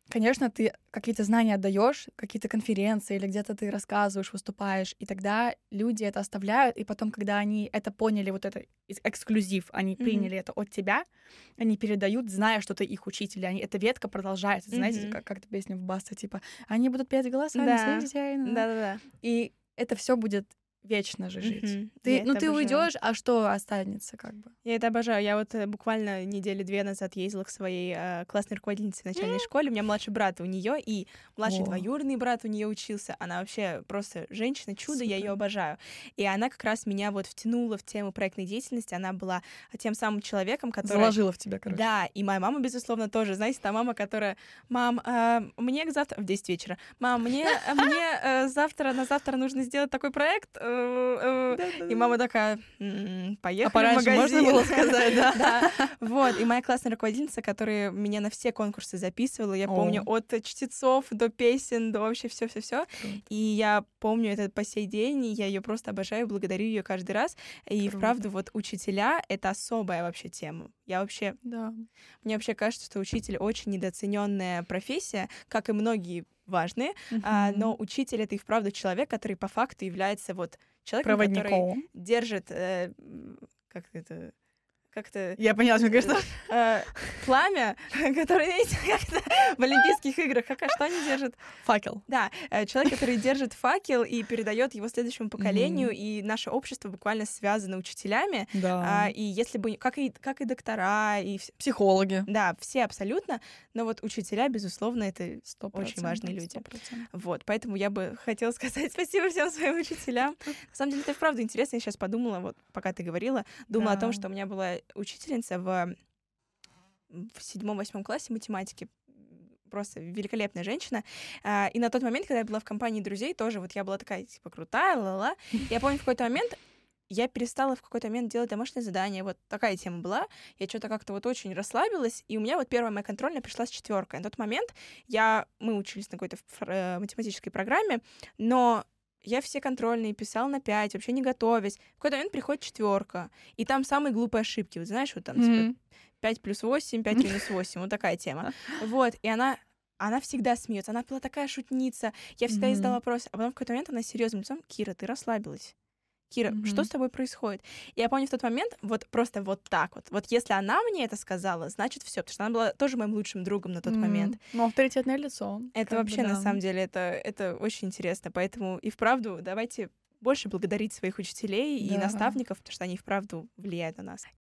конечно, ты какие-то знания отдаешь, какие-то конференции или где-то ты рассказываешь, выступаешь, и тогда люди это оставляют, и потом, когда они это поняли, вот это эксклюзив, они mm-hmm. приняли это от тебя, они передают, зная, что ты их учитель, они, эта ветка продолжается. Mm-hmm. Знаете, как, как-то песня в Басте, типа, они будут петь голосами да. своих детей. Да-да-да. И это все будет вечно же жить. Mm-hmm. Ты, Я ну, ты обожаю. уйдешь, а что останется, как бы? Я это обожаю. Я вот буквально недели две назад ездила к своей э, классной руководительнице в начальной mm-hmm. школе. У меня младший брат у нее и младший oh. двоюродный брат у нее учился. Она вообще просто женщина-чудо, Супер. Я ее обожаю. И она как раз меня вот втянула в тему проектной деятельности. Она была тем самым человеком, который... Заложила в тебя, короче. Да, и моя мама, безусловно, тоже. Знаете, та мама, которая... Мам, э, мне завтра... В десять вечера. Мам, мне, мне э, завтра, на завтра нужно сделать такой проект. Э, э, И мама такая, м-м, поехали а в магазин. Можно было сказать, да? Да. Вот. И моя классная руководительница, которая меня на все конкурсы записывала, я помню, от чтецов до песен, до вообще все-все-все. И я помню это по сей день, и я ее просто обожаю, благодарю ее каждый раз. И вправду вот учителя — это особая вообще тема. Я вообще... Да. Мне вообще кажется, что учитель очень недооцененная профессия, как и многие важные, uh-huh. а, но учитель — это и вправду человек, который по факту является вот человеком, проводником, который держит, э, как это, как-то... Я поняла, что говоришь, что... Э, пламя, которое, видите, как-то в Олимпийских играх, как, что они держат? Факел. Да, э, человек, который держит факел и передает его следующему поколению, mm-hmm. и наше общество буквально связано учителями, да. а, и если бы, как и, как и доктора, и... Психологи. Да, все абсолютно, но вот учителя, безусловно, это сто процентов, очень важные люди. сто процентов. Вот, поэтому я бы хотела сказать спасибо всем своим учителям. На самом деле, это вправду интересно, я сейчас подумала, вот пока ты говорила, думала да. о том, что у меня была учительница в, в седьмом-восьмом классе математики, просто великолепная женщина. И на тот момент, когда я была в компании друзей, тоже вот я была такая, типа, крутая, ла-ла. Я помню, в какой-то момент я перестала в какой-то момент делать домашнее задание. Вот такая тема была. Я что-то как-то вот очень расслабилась, и у меня вот первая моя контрольная пришла с четверкой. На тот момент я, мы учились на какой-то математической программе, но я все контрольные писала на пять, вообще не готовясь. В какой-то момент приходит четверка, и там самые глупые ошибки. Вот знаешь, вот там mm-hmm. типа пять плюс восемь, пять минус восемь, вот такая тема. Вот, и она, она всегда смеется, она была такая шутница. Я всегда ей задала вопрос, а потом в какой-то момент она серьезным лицом: Кира, ты расслабилась. Кира, mm-hmm. что с тобой происходит? И я помню в тот момент, вот просто вот так вот. Вот если она мне это сказала, значит все, потому что она была тоже моим лучшим другом на тот mm-hmm. момент. Ну, авторитетное лицо. Это вообще, бы, да. на самом деле, это, это очень интересно. Поэтому и вправду давайте больше благодарить своих учителей да. и наставников, потому что они вправду влияют на нас.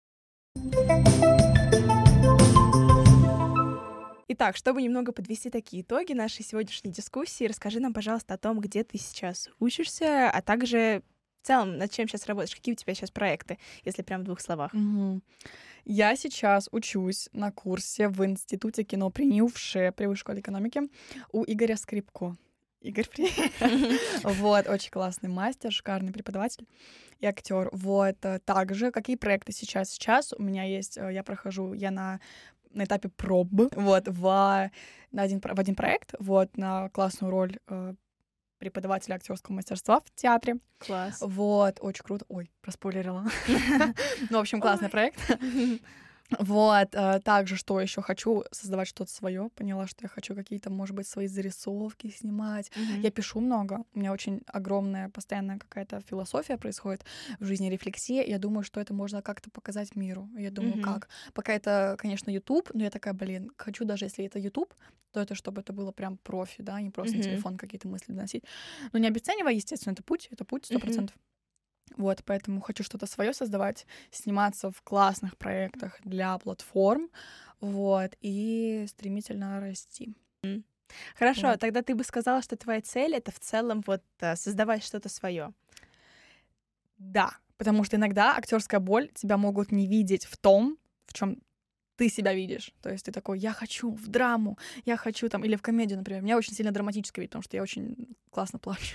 Итак, чтобы немного подвести такие итоги нашей сегодняшней дискуссии, расскажи нам, пожалуйста, о том, где ты сейчас учишься, а также в целом, над чем сейчас работаешь? Какие у тебя сейчас проекты, если прям в двух словах? Угу. Я сейчас учусь на курсе в Институте кино при НИУ-ВШЭ при Высшей школе экономики у Игоря Скрипко. Игорь, привет. Вот, очень классный мастер, шикарный преподаватель и актер. Вот, также какие проекты сейчас? Сейчас у меня есть, я прохожу, я на на этапе проб, вот, в, на один, в один проект, вот, на классную роль преподавателя актерского мастерства в театре. Класс. Вот, очень круто. Ой, проспойлерила. Ну, в общем, классный проект. Вот, также, что еще хочу создавать что-то свое. Поняла, что я хочу какие-то, может быть, свои зарисовки снимать. Mm-hmm. Я пишу много. У меня очень огромная, постоянная какая-то философия происходит в жизни, рефлексия. Я думаю, что это можно как-то показать миру. Я думаю, mm-hmm. как. Пока это, конечно, YouTube, но я такая, блин, хочу даже, если это YouTube, то это чтобы это было прям профи, да, не просто mm-hmm. на телефон какие-то мысли доносить. Но не обесценивая, естественно, это путь, это путь, сто процентов. Mm-hmm. Вот, поэтому хочу что-то свое создавать, сниматься в классных проектах для платформ, вот, и стремительно расти. Mm. Хорошо, вот. Тогда ты бы сказала, что твоя цель — это в целом вот создавать что-то свое. Да, потому что иногда актерская боль тебя могут не видеть в том, в чем ты себя видишь. То есть ты такой: я хочу в драму, я хочу там, или в комедию, например. Меня очень сильно драматическое видеть, потому что я очень классно плачу.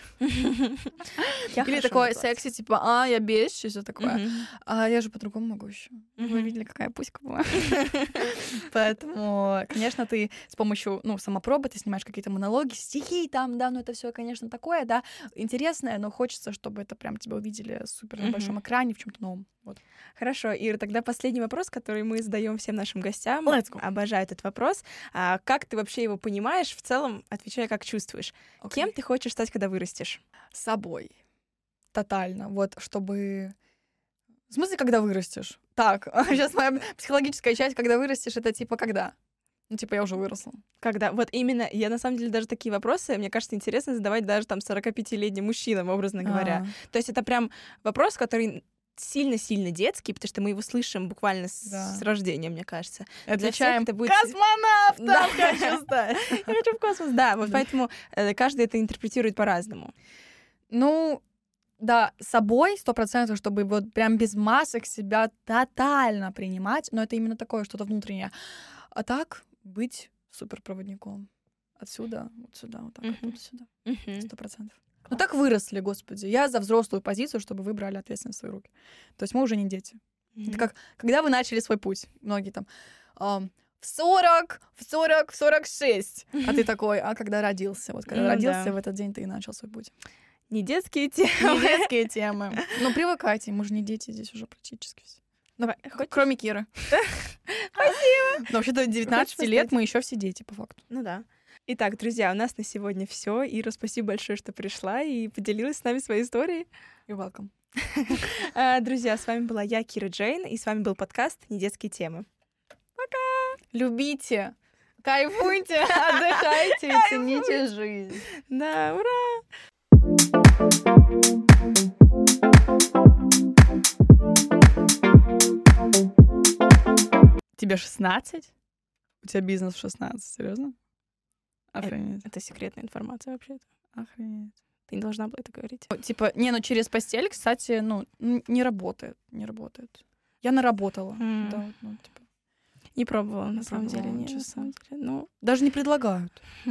Я Или хорошо такое могу секси, типа, а, я бесишь, и всё такое. Мгм. А я же по-другому могу еще. Вы Мгм. видели, какая пуська была? Поэтому, конечно, ты с помощью, ну, самопробы, ты снимаешь какие-то монологи, стихи там, да, ну это все, конечно, такое, да, интересное, но хочется, чтобы это прям тебя увидели супер на Мгм. большом экране в чем-то новом. Вот. Хорошо, Ира, тогда последний вопрос, который мы задаем всем нашим гостям. Let's go. Обожаю этот вопрос. А как ты вообще его понимаешь? В целом, отвечай, как чувствуешь. Окей. Кем ты хочешь стать, когда вырастешь? Собой. Тотально. Вот, чтобы... В смысле, когда вырастешь? Так, сейчас моя психологическая часть, когда вырастешь, это типа когда? Ну, типа, я уже выросла. Когда? Вот именно, я на самом деле даже такие вопросы, мне кажется, интересно задавать даже там сорокапятилетним мужчинам, образно говоря. А, То есть это прям вопрос, который сильно-сильно детский, потому что мы его слышим буквально с, Да. с рождения, мне кажется. Отвечаем, это будет- космонавтом Да. хочу стать. Я хочу в космос. Да, вот Да. поэтому э, каждый это интерпретирует по-разному. Ну, да, собой сто процентов, чтобы вот прям без масок себя тотально принимать, но это именно такое что-то внутреннее. А так быть суперпроводником. Отсюда, вот сюда, вот так, Мгм. оттуда сюда. Мгм. Сто процентов. Ну так выросли, господи. Я за взрослую позицию, чтобы вы брали ответственность в свои руки. То есть мы уже не дети. Мгм. Это как, когда вы начали свой путь. Многие там ам, в сорок, в сорок, в сорок шесть. А ты такой, а когда родился? Вот когда Ну родился, да. в этот день ты и начал свой путь. Не детские темы. Не детские темы. Ну, привыкайте, мы же не дети здесь уже практически все. Ну, Давай, хочешь? кроме Киры. Спасибо. Но вообще до девятнадцати Хочешь лет поставить? мы еще все дети, по факту. Ну да. Итак, друзья, у нас на сегодня все. Ира, спасибо большое, что пришла и поделилась с нами своей историей. You're welcome. А, Друзья, с вами была я, Кира Джейн, и с вами был подкаст «Недетские темы». Любите, кайфуйте, отдыхайте и цените жизнь. Да, ура! Тебе шестнадцать? У тебя бизнес в шестнадцать, серьезно? Охренеть, Это секретная информация вообще-то. охренеть. Ты не должна была это говорить. Ну, Типа, не, ну через постель, кстати, ну, н- не работает, не работает. Я наработала, М. да, вот, ну, типа, Не пробовала, на Не самом деле. пробовала, Нет, на честно. самом деле. Ну, даже не предлагают.